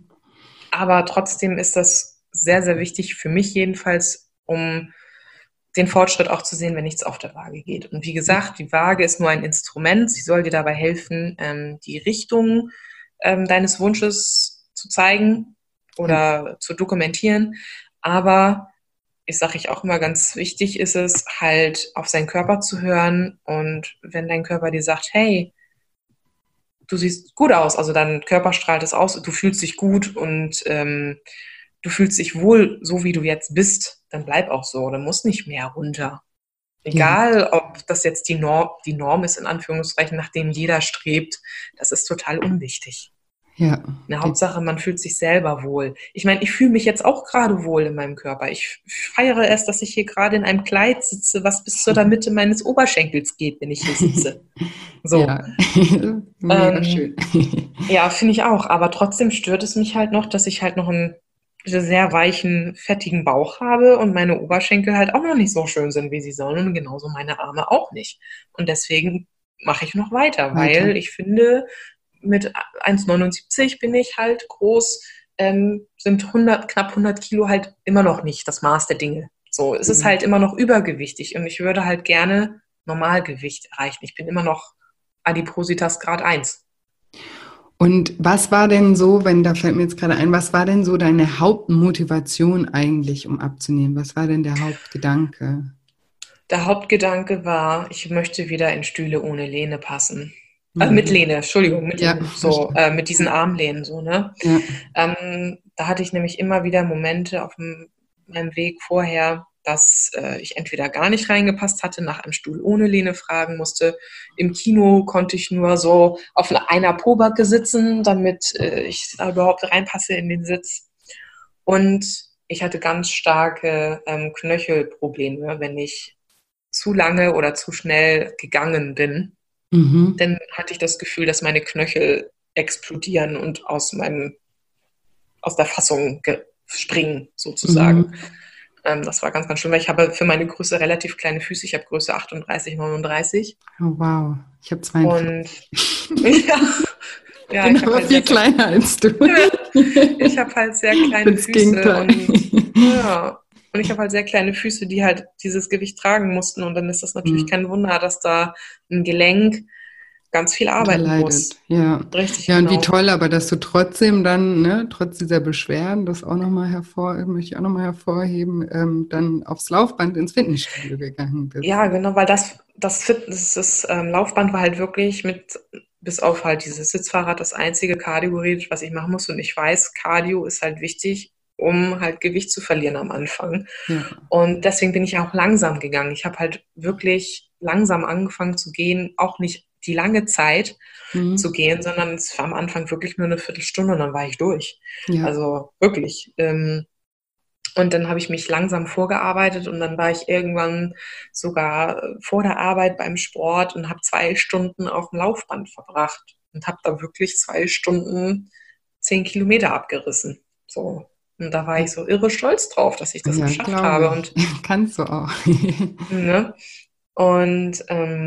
Aber trotzdem ist das sehr, sehr wichtig für mich jedenfalls, um den Fortschritt auch zu sehen, wenn nichts auf der Waage geht. Und wie gesagt, die Waage ist nur ein Instrument. Sie soll dir dabei helfen, die Richtung deines Wunsches zu zeigen oder zu dokumentieren. Aber ich auch immer, ganz wichtig ist es, halt auf seinen Körper zu hören. Und wenn dein Körper dir sagt, hey, du siehst gut aus, also dein Körper strahlt es aus, du fühlst dich gut und du fühlst dich wohl, so wie du jetzt bist, dann bleib auch so, dann muss nicht mehr runter. Egal, ob das jetzt die Norm ist, in Anführungszeichen, nach dem jeder strebt, das ist total unwichtig. Ja. Eine Hauptsache, man fühlt sich selber wohl. Ich meine, ich fühle mich jetzt auch gerade wohl in meinem Körper. Ich feiere es, dass ich hier gerade in einem Kleid sitze, was bis zur Mitte meines Oberschenkels geht, wenn ich hier sitze. So. Ja, mega schön. Ja, finde ich auch. Aber trotzdem stört es mich halt noch, dass ich halt noch einen sehr weichen, fettigen Bauch habe und meine Oberschenkel halt auch noch nicht so schön sind, wie sie sollen und genauso meine Arme auch nicht. Und deswegen mache ich noch weiter, weil ich finde, mit 1,79 bin ich halt groß, sind knapp 100 Kilo halt immer noch nicht das Maß der Dinge. So, es ist halt immer noch übergewichtig und ich würde halt gerne Normalgewicht erreichen. Ich bin immer noch Adipositas Grad 1. Und was war denn so, da fällt mir jetzt gerade ein, was war denn so deine Hauptmotivation eigentlich, um abzunehmen? Was war denn der Hauptgedanke? Der Hauptgedanke war, ich möchte wieder in Stühle ohne Lehne passen. Mit Lehne, Entschuldigung, mit Lehne, so, mit diesen Armlehnen, so, ne? Ja. Da hatte ich nämlich immer wieder Momente auf meinem Weg vorher, dass ich entweder gar nicht reingepasst hatte, nach einem Stuhl ohne Lehne fragen musste. Im Kino konnte ich nur so auf einer Pobacke sitzen, damit ich da überhaupt reinpasse in den Sitz. Und ich hatte ganz starke Knöchelprobleme, wenn ich zu lange oder zu schnell gegangen bin. Dann hatte ich das Gefühl, dass meine Knöchel explodieren und aus der Fassung springen, sozusagen. Das war ganz, ganz schön, weil ich habe für meine Größe relativ kleine Füße. Ich habe Größe 38, 39. Oh, wow. Ich habe 42. Und ja, bin aber viel kleiner als du. Ich habe halt sehr kleine Füße. Und ich habe halt sehr kleine Füße, die halt dieses Gewicht tragen mussten. Und dann ist das natürlich kein Wunder, dass da ein Gelenk ganz viel arbeiten muss. Ja. Richtig. Ja, und wie toll, aber dass du trotzdem dann, ne, trotz dieser Beschwerden, das auch nochmal möchte ich auch nochmal hervorheben, dann aufs Laufband ins Fitnessstudio gegangen bist. Ja, genau, weil das Laufband war halt wirklich bis auf halt dieses Sitzfahrrad das einzige Cardio-Gerät, was ich machen musste. Und ich weiß, Cardio ist halt wichtig, um halt Gewicht zu verlieren am Anfang. Ja. Und deswegen bin ich auch langsam gegangen. Ich habe halt wirklich langsam angefangen zu gehen, auch nicht die lange Zeit zu gehen, sondern es war am Anfang wirklich nur eine Viertelstunde und dann war ich durch. Ja. Also wirklich. Und dann habe ich mich langsam vorgearbeitet und dann war ich irgendwann sogar vor der Arbeit beim Sport und habe 2 Stunden auf dem Laufband verbracht und habe da wirklich 2 Stunden 10 Kilometer abgerissen. So. Und da war ich so irre stolz drauf, dass ich das geschafft habe. Und kannst du auch. Ne? Und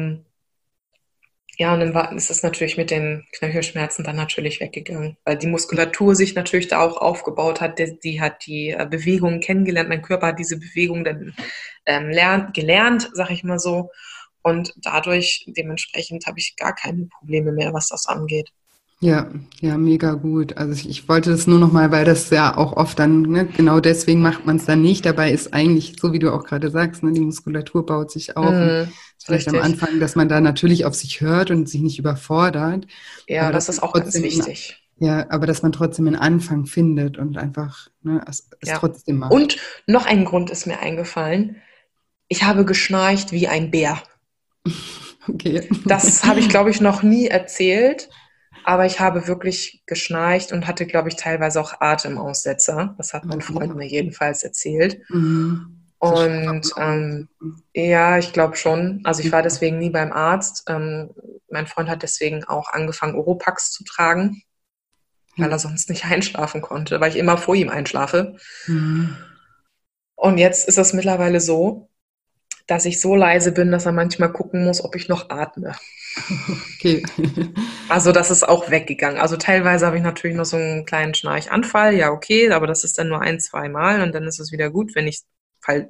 und dann ist es natürlich mit den Knöchelschmerzen dann natürlich weggegangen, weil die Muskulatur sich natürlich da auch aufgebaut hat, die hat die Bewegung kennengelernt, mein Körper hat diese Bewegung dann gelernt, sag ich mal so, und dementsprechend habe ich gar keine Probleme mehr, was das angeht. Ja, mega gut. Also ich wollte das nur nochmal, weil das ja auch oft dann, ne, genau deswegen macht man es dann nicht. Dabei ist eigentlich, so wie du auch gerade sagst, ne, die Muskulatur baut sich auf. Und vielleicht am Anfang, dass man da natürlich auf sich hört und sich nicht überfordert. Ja, das ist auch ganz wichtig. Aber dass man trotzdem einen Anfang findet und einfach es trotzdem macht. Und noch ein Grund ist mir eingefallen. Ich habe geschnarcht wie ein Bär. Okay. Das habe ich, glaube ich, noch nie erzählt. Aber ich habe wirklich geschnarcht und hatte, glaube ich, teilweise auch Atemaussetzer. Das hat mein Freund mir jedenfalls erzählt. Und ich glaube schon. Also ich war deswegen nie beim Arzt. Mein Freund hat deswegen auch angefangen, Oropax zu tragen, weil er sonst nicht einschlafen konnte, weil ich immer vor ihm einschlafe. Und jetzt ist es mittlerweile so, dass ich so leise bin, dass er manchmal gucken muss, ob ich noch atme. Okay. Also das ist auch weggegangen. Also teilweise habe ich natürlich noch so einen kleinen Schnarchanfall. Ja, okay, aber das ist dann nur 1-2 Mal und dann ist es wieder gut. Wenn ich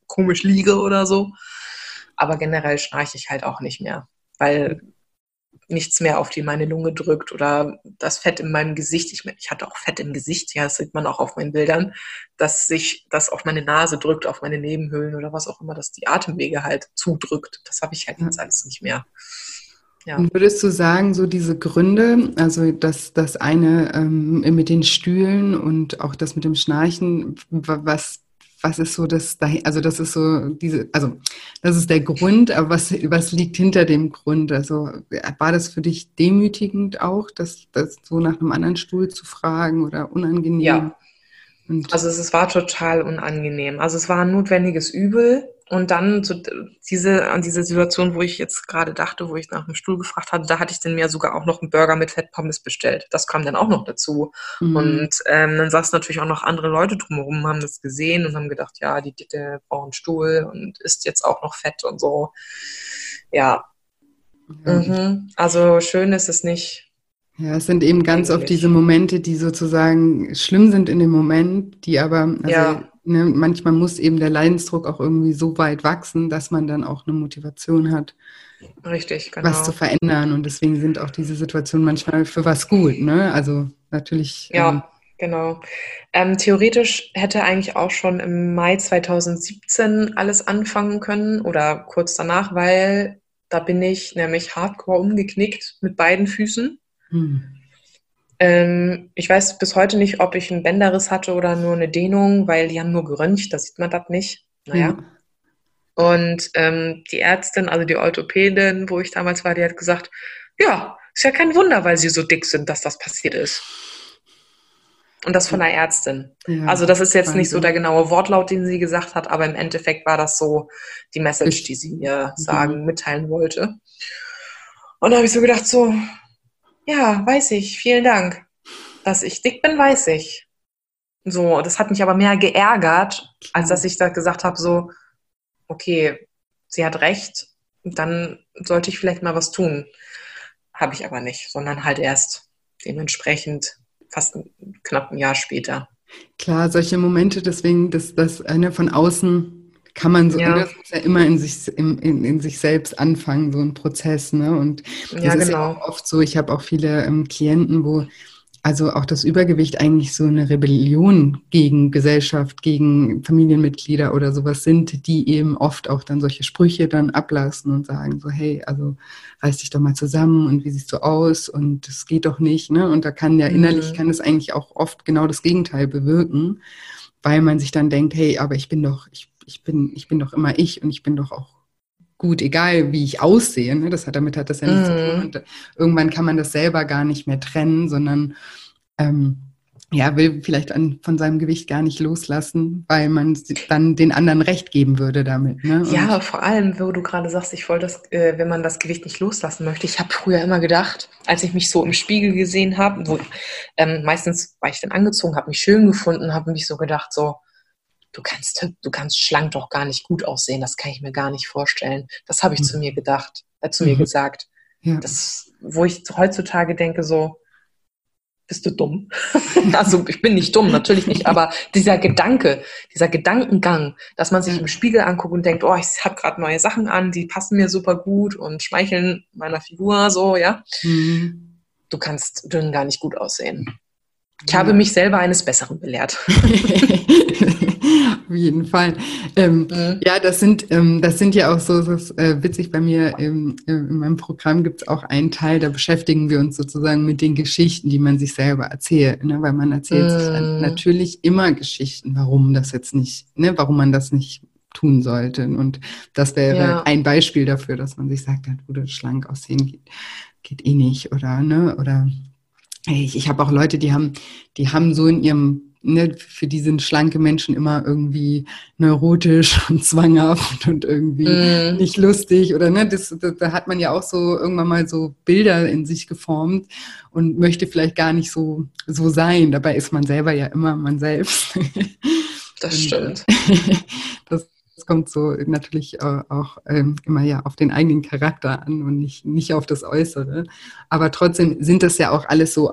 komisch liege oder so. Aber generell schnarche ich halt auch nicht mehr, weil nichts mehr auf meine Lunge drückt oder das Fett in meinem Gesicht. Ich hatte auch Fett im Gesicht, ja, das sieht man auch auf meinen Bildern, dass sich das auf meine Nase drückt, auf meine Nebenhöhlen oder was auch immer, dass die Atemwege halt zudrückt. Das habe ich halt jetzt alles nicht mehr. Ja. Und würdest du sagen, so diese Gründe, also das eine mit den Stühlen und auch das mit dem Schnarchen, was ist so also das ist so das ist der Grund, aber was liegt hinter dem Grund? Also war das für dich demütigend auch, das so nach einem anderen Stuhl zu fragen oder unangenehm? Ja. Also es war total unangenehm. Also es war ein notwendiges Übel. Und dann an diese Situation, wo ich jetzt gerade dachte, wo ich nach dem Stuhl gefragt hatte, da hatte ich dann mir sogar auch noch einen Burger mit Fettpommes bestellt. Das kam dann auch noch dazu. Mhm. Und dann saßen natürlich auch noch andere Leute drumherum, haben das gesehen und haben gedacht, ja, die Ditte braucht einen Stuhl und isst jetzt auch noch Fett und so. Ja. Mhm. Also schön ist es nicht. Ja, es sind eben ganz oft diese Momente, die sozusagen schlimm sind in dem Moment, die aber, manchmal muss eben der Leidensdruck auch irgendwie so weit wachsen, dass man dann auch eine Motivation hat, richtig, genau, was zu verändern. Und deswegen sind auch diese Situationen manchmal für was gut, ne? Also natürlich. Ja, genau. Theoretisch hätte eigentlich auch schon im Mai 2017 alles anfangen können oder kurz danach, weil da bin ich nämlich hardcore umgeknickt mit beiden Füßen. Ich weiß bis heute nicht, ob ich einen Bänderriss hatte oder nur eine Dehnung, weil die haben nur geröntgt, da sieht man das nicht. Naja. Und die Ärztin, also die Orthopädin, wo ich damals war, die hat gesagt, ja, ist ja kein Wunder, weil sie so dick sind, dass das passiert ist. Und das von einer Ärztin. Ja, also das ist jetzt nicht so der genaue Wortlaut, den sie gesagt hat, aber im Endeffekt war das so die Message, die sie mir mitteilen wollte. Und da habe ich so gedacht, so, ja, weiß ich, vielen Dank. Dass ich dick bin, weiß ich. So, das hat mich aber mehr geärgert, als dass ich da gesagt habe, so, okay, sie hat recht, dann sollte ich vielleicht mal was tun. Habe ich aber nicht, sondern halt erst dementsprechend fast knapp ein Jahr später. Klar, solche Momente, deswegen, das eine von außen kann man so, das muss ja immer in sich selbst anfangen, so ein Prozess, ne? Und das ist ja auch oft so, ich habe auch viele Klienten, wo also auch das Übergewicht eigentlich so eine Rebellion gegen Gesellschaft, gegen Familienmitglieder oder sowas sind, die eben oft auch dann solche Sprüche dann ablassen und sagen so, hey, also reiß dich doch mal zusammen und wie siehst du aus und das geht doch nicht, ne? Und da kann ja innerlich, kann es eigentlich auch oft genau das Gegenteil bewirken, weil man sich dann denkt, hey, aber ich bin doch immer ich und ich bin doch auch gut, egal wie ich aussehe, ne? Damit hat das ja nichts zu tun. Und irgendwann kann man das selber gar nicht mehr trennen, sondern will vielleicht von seinem Gewicht gar nicht loslassen, weil man dann den anderen Recht geben würde damit. Ne? Ja, vor allem, wo du gerade sagst, ich wollte das, wenn man das Gewicht nicht loslassen möchte. Ich habe früher immer gedacht, als ich mich so im Spiegel gesehen habe, meistens war ich dann angezogen, habe mich schön gefunden, habe mich so gedacht, so, du kannst schlank doch gar nicht gut aussehen, das kann ich mir gar nicht vorstellen. Das habe ich zu mir gesagt. Ja. Das, wo ich heutzutage denke, so, bist du dumm? Also ich bin nicht dumm, natürlich nicht, aber dieser Gedankengang, dass man sich im Spiegel anguckt und denkt, oh, ich habe gerade neue Sachen an, die passen mir super gut und schmeicheln meiner Figur so, ja. Du kannst dünn gar nicht gut aussehen. Ich habe mich selber eines Besseren belehrt. Auf jeden Fall. Ja, das sind ja auch so, das ist witzig, bei mir in meinem Programm gibt es auch einen Teil, da beschäftigen wir uns sozusagen mit den Geschichten, die man sich selber erzählt, ne? Weil man erzählt sich natürlich immer Geschichten, warum man das nicht tun sollte. Und das wäre ein Beispiel dafür, dass man sich sagt, oder schlank aussehen geht eh nicht, oder, ne, oder ich habe auch Leute, die haben so in ihrem, ne, für die sind schlanke Menschen immer irgendwie neurotisch und zwanghaft und irgendwie nicht lustig oder ne, da hat man ja auch so irgendwann mal so Bilder in sich geformt und möchte vielleicht gar nicht so sein. Dabei ist man selber ja immer man selbst. Das stimmt. Das kommt so natürlich auch immer auf den eigenen Charakter an und nicht auf das Äußere. Aber trotzdem sind das ja auch alles so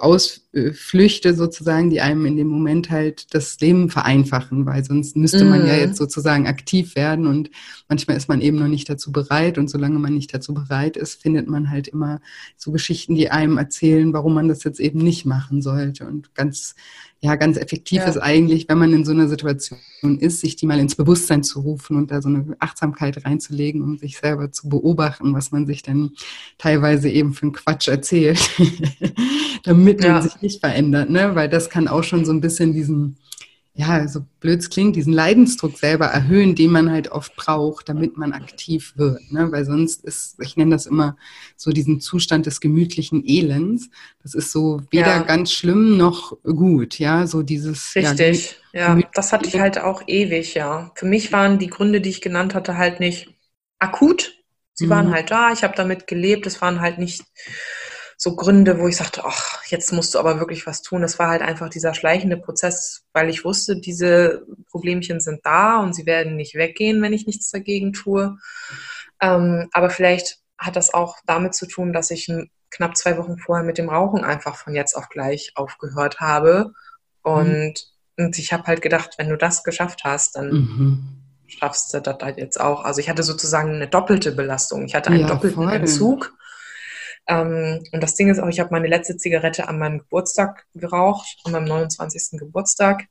Flüchte sozusagen, die einem in dem Moment halt das Leben vereinfachen, weil sonst müsste man ja jetzt sozusagen aktiv werden und manchmal ist man eben noch nicht dazu bereit und solange man nicht dazu bereit ist, findet man halt immer so Geschichten, die einem erzählen, warum man das jetzt eben nicht machen sollte. Und ganz effektiv ist eigentlich, wenn man in so einer Situation ist, sich die mal ins Bewusstsein zu rufen und da so eine Achtsamkeit reinzulegen, um sich selber zu beobachten, was man sich dann teilweise eben für einen Quatsch erzählt, damit man sich nicht verändert, ne? Weil das kann auch schon so ein bisschen diesen, ja, so blöd es klingt, diesen Leidensdruck selber erhöhen, den man halt oft braucht, damit man aktiv wird, ne? Weil sonst ist, ich nenne das immer so diesen Zustand des gemütlichen Elends. Das ist so weder ganz schlimm noch gut, ja, so dieses. Richtig, das hatte ich halt auch ewig, ja. Für mich waren die Gründe, die ich genannt hatte, halt nicht akut. Sie waren halt da, ich habe damit gelebt, es waren halt nicht so Gründe, wo ich sagte, ach, jetzt musst du aber wirklich was tun. Es war halt einfach dieser schleichende Prozess, weil ich wusste, diese Problemchen sind da und sie werden nicht weggehen, wenn ich nichts dagegen tue. Aber vielleicht hat das auch damit zu tun, dass ich knapp 2 Wochen vorher mit dem Rauchen einfach von jetzt auf gleich aufgehört habe. Und ich habe halt gedacht, wenn du das geschafft hast, dann schaffst du das halt jetzt auch. Also ich hatte sozusagen eine doppelte Belastung. Ich hatte einen doppelten Entzug. Und das Ding ist auch, ich habe meine letzte Zigarette an meinem Geburtstag geraucht, an meinem 29. Geburtstag.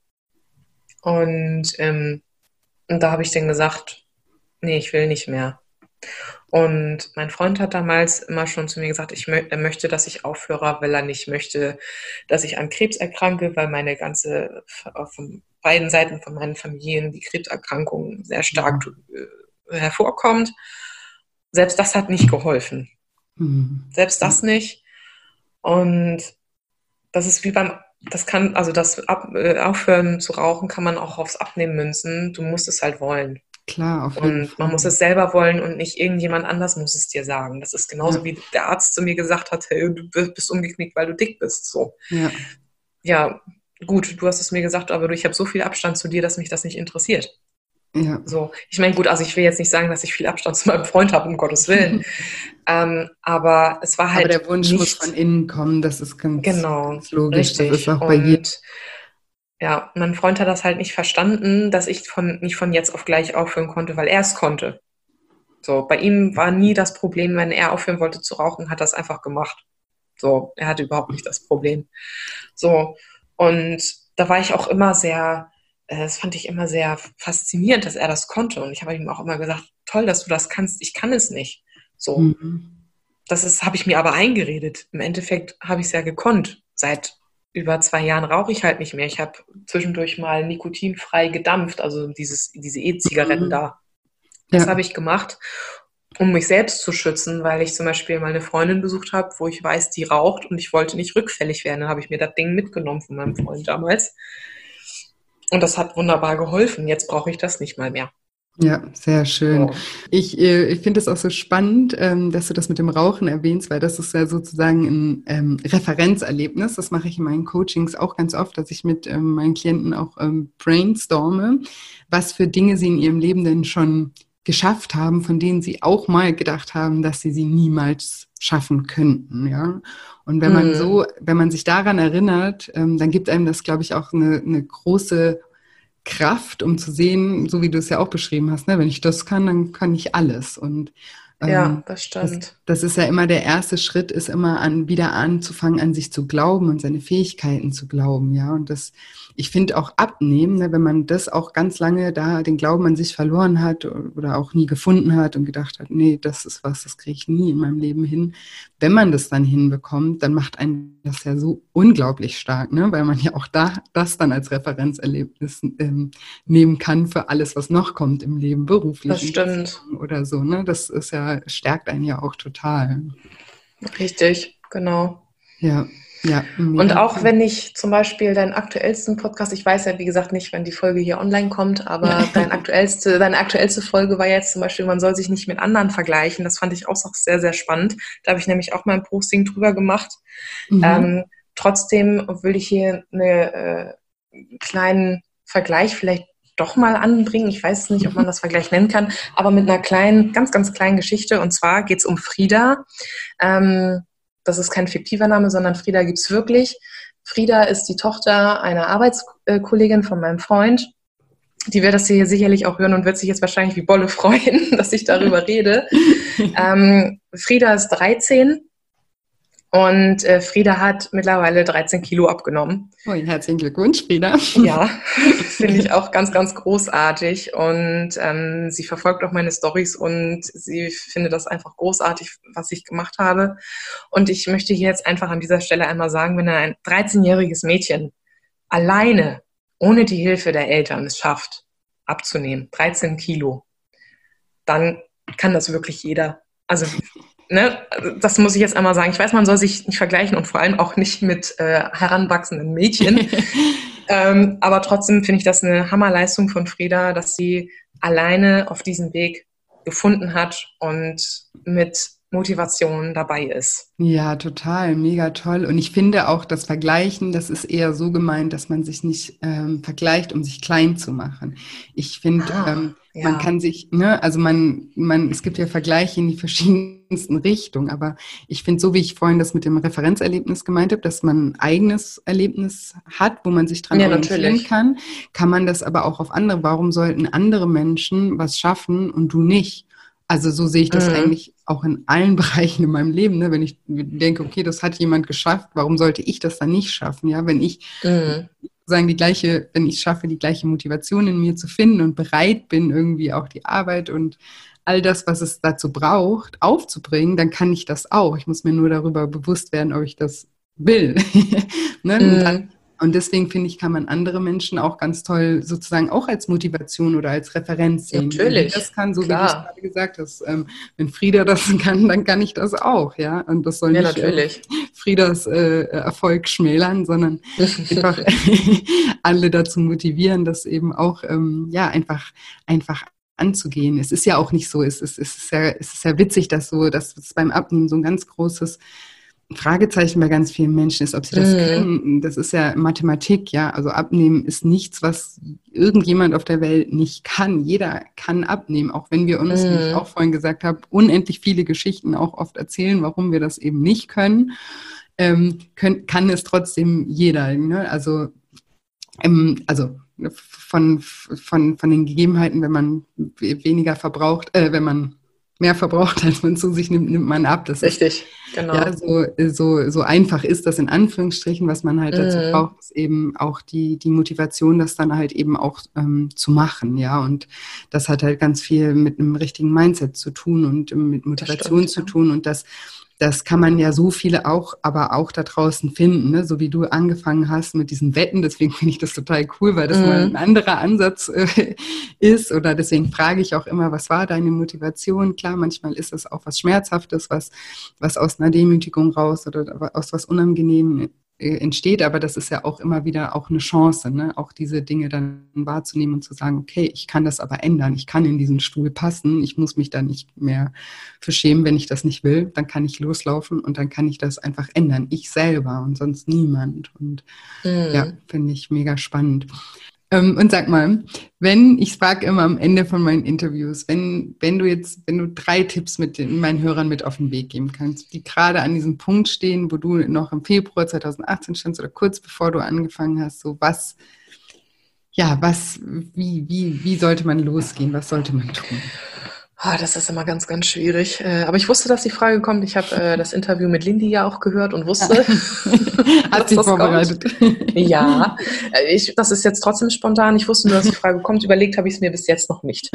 Und da habe ich dann gesagt, nee, ich will nicht mehr. Und mein Freund hat damals immer schon zu mir gesagt, er möchte, dass ich aufhöre, weil er nicht möchte, dass ich an Krebs erkranke, weil meine ganze, von beiden Seiten von meinen Familien, die Krebserkrankung sehr stark hervorkommt. Selbst das hat nicht geholfen. Selbst das nicht. Und das ist wie das Aufhören zu rauchen kann man auch aufs Abnehmen münzen. Du musst es halt wollen. Klar, auf jeden Fall. Man muss es selber wollen und nicht irgendjemand anders muss es dir sagen. Das ist genauso wie der Arzt zu mir gesagt hat, hey, du bist umgeknickt, weil du dick bist. So. Ja, gut, du hast es mir gesagt, aber ich habe so viel Abstand zu dir, dass mich das nicht interessiert. Ja. So, ich meine, gut, also ich will jetzt nicht sagen, dass ich viel Abstand zu meinem Freund habe, um Gottes Willen. Aber es war halt. Aber der Wunsch muss von innen kommen, das ist ganz logisch. Richtig. Das ist auch bei jedem. Ja, mein Freund hat das halt nicht verstanden, dass ich nicht von jetzt auf gleich aufhören konnte, weil er es konnte. So, bei ihm war nie das Problem, wenn er aufhören wollte zu rauchen, hat er es einfach gemacht. So, er hatte überhaupt nicht das Problem. So, und da war ich auch immer das fand ich immer sehr faszinierend, dass er das konnte. Und ich habe ihm auch immer gesagt, toll, dass du das kannst. Ich kann es nicht. So, habe ich mir aber eingeredet. Im Endeffekt habe ich es ja gekonnt. Seit über 2 Jahren rauche ich halt nicht mehr. Ich habe zwischendurch mal nikotinfrei gedampft, also diese E-Zigaretten da. Das habe ich gemacht, um mich selbst zu schützen, weil ich zum Beispiel mal eine Freundin besucht habe, wo ich weiß, die raucht und ich wollte nicht rückfällig werden. Dann habe ich mir das Ding mitgenommen von meinem Freund damals. Und das hat wunderbar geholfen. Jetzt brauche ich das nicht mal mehr. Ja, sehr schön. So. Ich finde es auch so spannend, dass du das mit dem Rauchen erwähnst, weil das ist ja sozusagen ein Referenzerlebnis. Das mache ich in meinen Coachings auch ganz oft, dass ich mit meinen Klienten auch brainstorme, was für Dinge sie in ihrem Leben denn schon geschafft haben, von denen sie auch mal gedacht haben, dass sie niemals schaffen könnten, ja. Und wenn man sich daran erinnert, dann gibt einem das, glaube ich, auch eine große Kraft, um zu sehen, so wie du es ja auch beschrieben hast, ne? Wenn ich das kann, dann kann ich alles. Und das stimmt. Das ist ja immer der erste Schritt, ist immer wieder anzufangen, an sich zu glauben und seine Fähigkeiten zu glauben, ja. Und ich finde auch abnehmen, ne, wenn man das auch ganz lange da den Glauben an sich verloren hat oder auch nie gefunden hat und gedacht hat, nee, das ist was, das kriege ich nie in meinem Leben hin. Wenn man das dann hinbekommt, dann macht einen das ja so unglaublich stark, ne, weil man ja auch das dann als Referenzerlebnis nehmen kann für alles, was noch kommt im Leben, beruflich. Das stimmt. Oder so, ne, das ist ja, stärkt einen ja auch total. Richtig, genau. Ja. Und auch wenn ich zum Beispiel deinen aktuellsten Podcast, ich weiß ja, wie gesagt, nicht, wenn die Folge hier online kommt, aber deine aktuellste Folge war jetzt zum Beispiel, man soll sich nicht mit anderen vergleichen. Das fand ich auch sehr, sehr spannend. Da habe ich nämlich auch mal ein Posting drüber gemacht. Trotzdem will ich hier einen kleinen Vergleich vielleicht doch mal anbringen. Ich weiß nicht, ob man das Vergleich nennen kann, aber mit einer kleinen, ganz, ganz kleinen Geschichte. Und zwar geht es um Frieda. Das ist kein fiktiver Name, sondern Frieda gibt es wirklich. Frieda ist die Tochter einer Arbeitskollegin von meinem Freund. Die wird das hier sicherlich auch hören und wird sich jetzt wahrscheinlich wie Bolle freuen, dass ich darüber rede. Frieda ist 13 und Frieda hat mittlerweile 13 Kilo abgenommen. Oh, herzlichen Glückwunsch, Frieda. Ja, finde ich auch ganz, ganz großartig. Und sie verfolgt auch meine Storys und sie findet das einfach großartig, was ich gemacht habe. Und ich möchte hier jetzt einfach an dieser Stelle einmal sagen, wenn ein 13-jähriges Mädchen alleine ohne die Hilfe der Eltern es schafft, abzunehmen, 13 Kilo, dann kann das wirklich jeder. Also, ne, das muss ich jetzt einmal sagen. Ich weiß, man soll sich nicht vergleichen und vor allem auch nicht mit heranwachsenden Mädchen. Aber trotzdem finde ich das eine Hammerleistung von Frieda, dass sie alleine auf diesen Weg gefunden hat und mit Motivation dabei ist. Ja, total, mega toll. Und ich finde auch, das Vergleichen, das ist eher so gemeint, dass man sich nicht vergleicht, um sich klein zu machen. Ich finde, man kann sich, ne, also es gibt ja Vergleiche in die verschiedensten Richtungen, aber ich finde, so wie ich vorhin das mit dem Referenzerlebnis gemeint habe, dass man ein eigenes Erlebnis hat, wo man sich dran orientieren kann man das aber auch auf andere. Warum sollten andere Menschen was schaffen und du nicht? Also so sehe ich das eigentlich auch in allen Bereichen in meinem Leben. Ne? Wenn ich denke, okay, das hat jemand geschafft, warum sollte ich das dann nicht schaffen? Ja, wenn ich wenn ich schaffe, die gleiche Motivation in mir zu finden und bereit bin, irgendwie auch die Arbeit und all das, was es dazu braucht, aufzubringen, dann kann ich das auch. Ich muss mir nur darüber bewusst werden, ob ich das will. Ne? Und deswegen finde ich, kann man andere Menschen auch ganz toll sozusagen auch als Motivation oder als Referenz sehen. Natürlich. Das kann, so wie du es gerade gesagt hast, wenn Frieda das kann, dann kann ich das auch, ja. Und das soll nicht Friedas Erfolg schmälern, sondern einfach alle dazu motivieren, das eben auch einfach anzugehen. Es ist ja auch nicht so, es ist ja witzig, dass es beim Abnehmen so ein ganz großes Fragezeichen bei ganz vielen Menschen ist, ob sie das können. Das ist ja Mathematik, ja. Also abnehmen ist nichts, was irgendjemand auf der Welt nicht kann. Jeder kann abnehmen, auch wenn wir uns, wie ich auch vorhin gesagt habe, unendlich viele Geschichten auch oft erzählen, warum wir das eben nicht können, kann es trotzdem jeder. Ne? Also von den Gegebenheiten, wenn man weniger verbraucht, wenn man mehr verbraucht, als man zu sich nimmt, nimmt man ab. Das richtig, genau. Ja, so einfach ist das in Anführungsstrichen, was man halt dazu braucht, ist eben auch die Motivation, das dann halt eben auch zu machen, ja. Und das hat halt ganz viel mit einem richtigen Mindset zu tun und mit Motivation zu tun. Und das kann man ja so viele aber auch da draußen finden, ne? So wie du angefangen hast mit diesen Wetten. Deswegen finde ich das total cool, weil das mal ein anderer Ansatz ist. Oder deswegen frage ich auch immer, was war deine Motivation? Klar, manchmal ist es auch was Schmerzhaftes, was aus einer Demütigung raus oder aus was Unangenehmem entsteht, aber das ist ja auch immer wieder auch eine Chance, ne? Auch diese Dinge dann wahrzunehmen und zu sagen, okay, ich kann das aber ändern, ich kann in diesen Stuhl passen, ich muss mich da nicht mehr für schämen, wenn ich das nicht will, dann kann ich loslaufen und dann kann ich das einfach ändern, ich selber und sonst niemand und ja, finde ich mega spannend. Und sag mal, ich frage immer am Ende von meinen Interviews, wenn du 3 Tipps mit meinen Hörern mit auf den Weg geben kannst, die gerade an diesem Punkt stehen, wo du noch im Februar 2018 standst oder kurz bevor du angefangen hast, so wie sollte man losgehen, was sollte man tun? Das ist immer ganz, ganz schwierig. Aber ich wusste, dass die Frage kommt. Ich habe das Interview mit Lindy ja auch gehört und wusste, Hat sie vorbereitet. Ja, das ist jetzt trotzdem spontan. Ich wusste nur, dass die Frage kommt. Überlegt habe ich es mir bis jetzt noch nicht.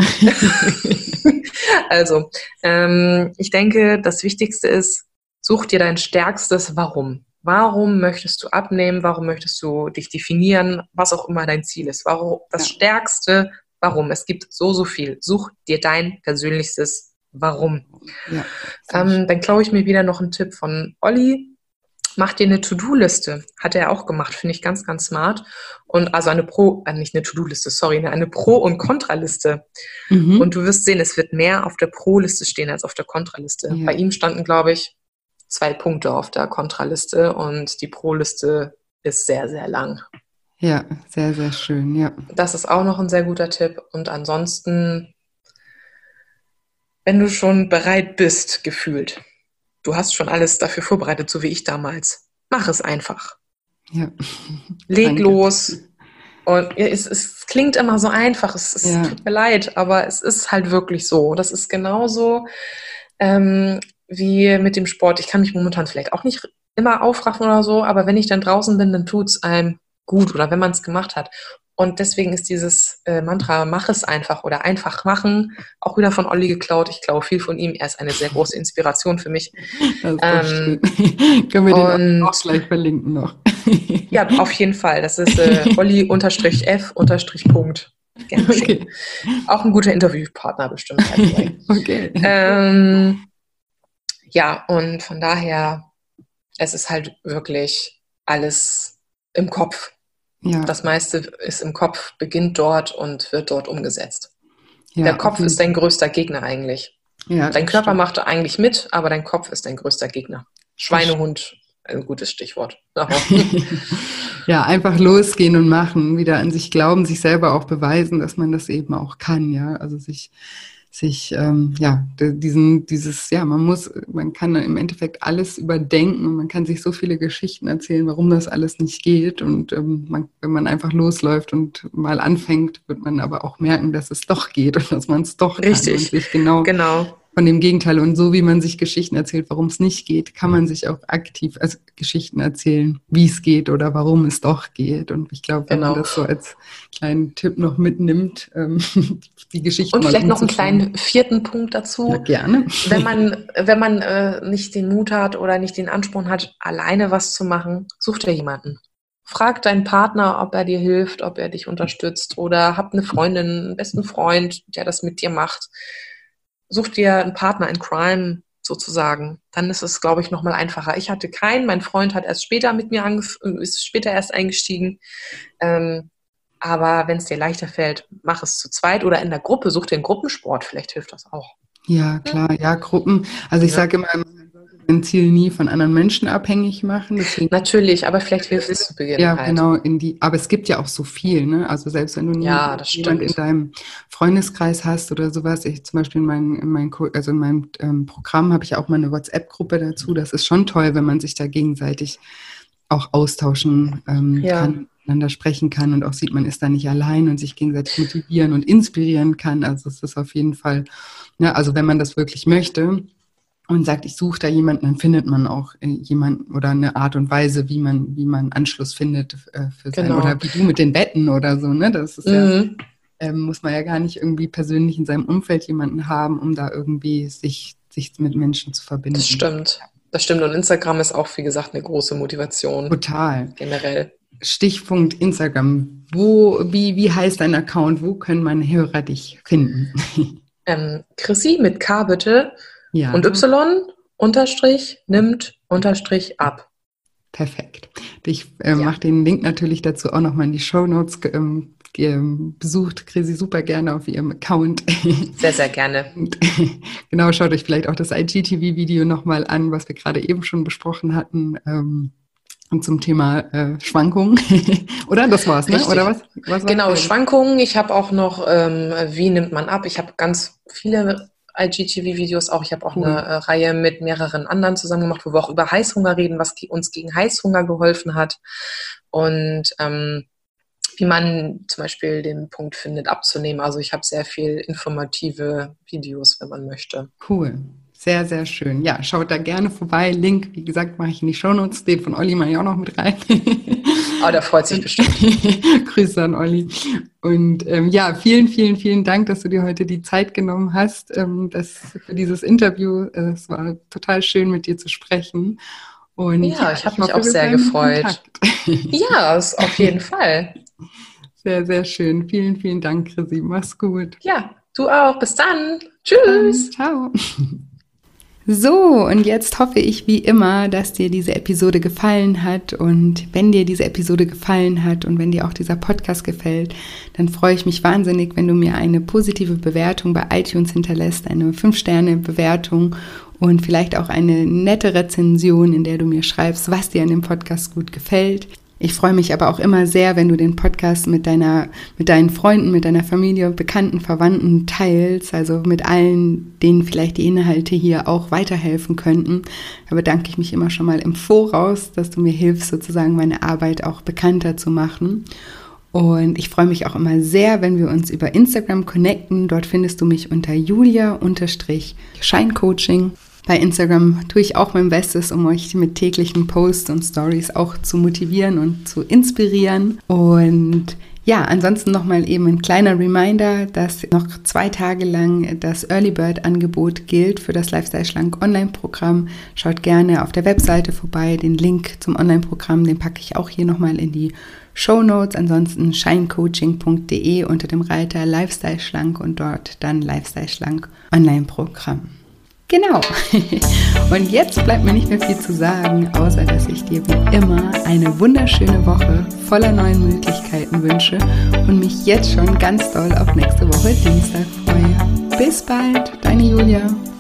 Also, ich denke, das Wichtigste ist, such dir dein stärkstes Warum. Warum möchtest du abnehmen? Warum möchtest du dich definieren? Was auch immer dein Ziel ist. Warum das stärkste Warum? Es gibt so viel. Such dir dein persönlichstes Warum. Ja, dann klaue ich mir wieder noch einen Tipp von Olli. Mach dir eine To-Do-Liste. Hat er auch gemacht. Finde ich ganz, ganz smart. Und also eine Pro- und Kontraliste. Und du wirst sehen, es wird mehr auf der Pro-Liste stehen als auf der Kontraliste. Ja. Bei ihm standen, glaube ich, 2 Punkte auf der Kontraliste und die Pro-Liste ist sehr, sehr lang. Ja, sehr, sehr schön, ja. Das ist auch noch ein sehr guter Tipp. Und ansonsten, wenn du schon bereit bist, gefühlt, du hast schon alles dafür vorbereitet, so wie ich damals, mach es einfach. Ja. Leg Danke. los. Und ja, es klingt immer so einfach, es Ja. tut mir leid, aber es ist halt wirklich so. Das ist genauso wie mit dem Sport. Ich kann mich momentan vielleicht auch nicht immer aufraffen oder so, aber wenn ich dann draußen bin, dann tut es einem gut oder wenn man es gemacht hat. Und deswegen ist dieses Mantra, mach es einfach oder einfach machen, auch wieder von Olli geklaut. Ich glaube viel von ihm. Er ist eine sehr große Inspiration für mich. Das ist doch schön. Können wir den auch gleich verlinken noch. Ja, auf jeden Fall. Das ist Olli_F_. Okay. Auch ein guter Interviewpartner bestimmt. Okay. Ja, und von daher, es ist halt wirklich alles im Kopf. Ja. Das meiste ist im Kopf, beginnt dort und wird dort umgesetzt. Ja, der Kopf ist dein größter Gegner eigentlich. Ja, dein Körper macht eigentlich mit, aber dein Kopf ist dein größter Gegner. Schweinehund, ein gutes Stichwort. Ja, einfach losgehen und machen, wieder an sich glauben, sich selber auch beweisen, dass man das eben auch kann, ja, also man kann im Endeffekt alles überdenken und man kann sich so viele Geschichten erzählen, warum das alles nicht geht und wenn man einfach losläuft und mal anfängt, wird man aber auch merken, dass es doch geht und dass man es doch kann und sich genau von dem Gegenteil und so wie man sich Geschichten erzählt, warum es nicht geht, kann man sich auch aktiv Geschichten erzählen, wie es geht oder warum es doch geht und ich glaube, wenn man das so als kleinen Tipp noch mitnimmt, die Geschichten. Und vielleicht noch einen kleinen 4. Punkt dazu. Ja, gerne. Wenn man nicht den Mut hat oder nicht den Ansporn hat, alleine was zu machen, such dir jemanden. Frag deinen Partner, ob er dir hilft, ob er dich unterstützt oder hab eine Freundin, einen besten Freund, der das mit dir macht. Such dir einen Partner in Crime sozusagen. Dann ist es, glaube ich, nochmal einfacher. Ich hatte keinen. Mein Freund hat erst später mit mir ist später erst eingestiegen. Aber wenn es dir leichter fällt, mach es zu zweit oder in der Gruppe. Such dir einen Gruppensport. Vielleicht hilft das auch. Ja, klar. Ja, Gruppen. Also ich sage immer, man sollte sein Ziel nie von anderen Menschen abhängig machen. Deswegen natürlich, aber vielleicht hilft es zu Beginn. Ja, halt. Genau. Aber es gibt ja auch so viel, ne? Also selbst wenn du jemand in deinem Freundeskreis hast oder sowas. Ich zum Beispiel in meinem Programm habe ich auch mal eine WhatsApp-Gruppe dazu. Das ist schon toll, wenn man sich da gegenseitig auch austauschen kann, miteinander sprechen kann und auch sieht, man ist da nicht allein und sich gegenseitig motivieren und inspirieren kann. Also es ist auf jeden Fall, also wenn man das wirklich möchte und sagt, ich suche da jemanden, dann findet man auch jemanden oder eine Art und Weise, wie man Anschluss findet für sein, oder wie du mit den Betten oder so, ne? Das ist muss man ja gar nicht irgendwie persönlich in seinem Umfeld jemanden haben, um da irgendwie sich mit Menschen zu verbinden. Das stimmt. Das stimmt. Und Instagram ist auch, wie gesagt, eine große Motivation. Total. Generell. Stichpunkt Instagram. Wie heißt dein Account? Wo können meine Hörer dich finden? Chrissy mit K bitte und Y _ ab. Perfekt. Ich mache den Link natürlich dazu auch nochmal in die Shownotes. Besucht Chrissy super gerne auf ihrem Account. Sehr, sehr gerne. Und, genau, schaut euch vielleicht auch das IGTV-Video nochmal an, was wir gerade eben schon besprochen hatten. Und zum Thema Schwankungen. Oder? Das war's, ne? Richtig. Oder was genau, Schwankungen. Ich habe auch noch, wie nimmt man ab? Ich habe ganz viele IGTV-Videos auch. Ich habe auch eine Reihe mit mehreren anderen zusammen gemacht, wo wir auch über Heißhunger reden, was uns gegen Heißhunger geholfen hat. Und wie man zum Beispiel den Punkt findet, abzunehmen. Also ich habe sehr viel informative Videos, wenn man möchte. Cool. Sehr, sehr schön. Ja, schaut da gerne vorbei. Link, wie gesagt, mache ich in die Shownotes. Den von Olli mache ich auch noch mit rein. Oh, der freut sich bestimmt. Grüße an Olli. Und vielen, vielen, vielen Dank, dass du dir heute die Zeit genommen hast für dieses Interview. Es war total schön, mit dir zu sprechen. Und ja, ich habe mich auch sehr gefreut. Ja, auf jeden Fall. Sehr, sehr schön. Vielen, vielen Dank, Chrissy. Mach's gut. Ja, du auch. Bis dann. Tschüss. Ciao. So, und jetzt hoffe ich wie immer, dass dir diese Episode gefallen hat. Und wenn dir diese Episode gefallen hat und wenn dir auch dieser Podcast gefällt, dann freue ich mich wahnsinnig, wenn du mir eine positive Bewertung bei iTunes hinterlässt, eine 5-Sterne-Bewertung und vielleicht auch eine nette Rezension, in der du mir schreibst, was dir an dem Podcast gut gefällt. Ich freue mich aber auch immer sehr, wenn du den Podcast mit deinen Freunden, mit deiner Familie, Bekannten, Verwandten teilst, also mit allen, denen vielleicht die Inhalte hier auch weiterhelfen könnten. Da bedanke ich mich immer schon mal im Voraus, dass du mir hilfst, sozusagen meine Arbeit auch bekannter zu machen. Und ich freue mich auch immer sehr, wenn wir uns über Instagram connecten. Dort findest du mich unter Julia_Scheincoaching. Bei Instagram tue ich auch mein Bestes, um euch mit täglichen Posts und Stories auch zu motivieren und zu inspirieren. Und ja, ansonsten nochmal eben ein kleiner Reminder, dass noch 2 Tage lang das Early Bird Angebot gilt für das Lifestyle Schlank Online-Programm. Schaut gerne auf der Webseite vorbei. Den Link zum Online-Programm, den packe ich auch hier nochmal in die Shownotes. Ansonsten scheincoaching.de unter dem Reiter Lifestyle Schlank und dort dann Lifestyle Schlank Online-Programm. Genau. Und jetzt bleibt mir nicht mehr viel zu sagen, außer dass ich dir wie immer eine wunderschöne Woche voller neuen Möglichkeiten wünsche und mich jetzt schon ganz doll auf nächste Woche Dienstag freue. Bis bald, deine Julia.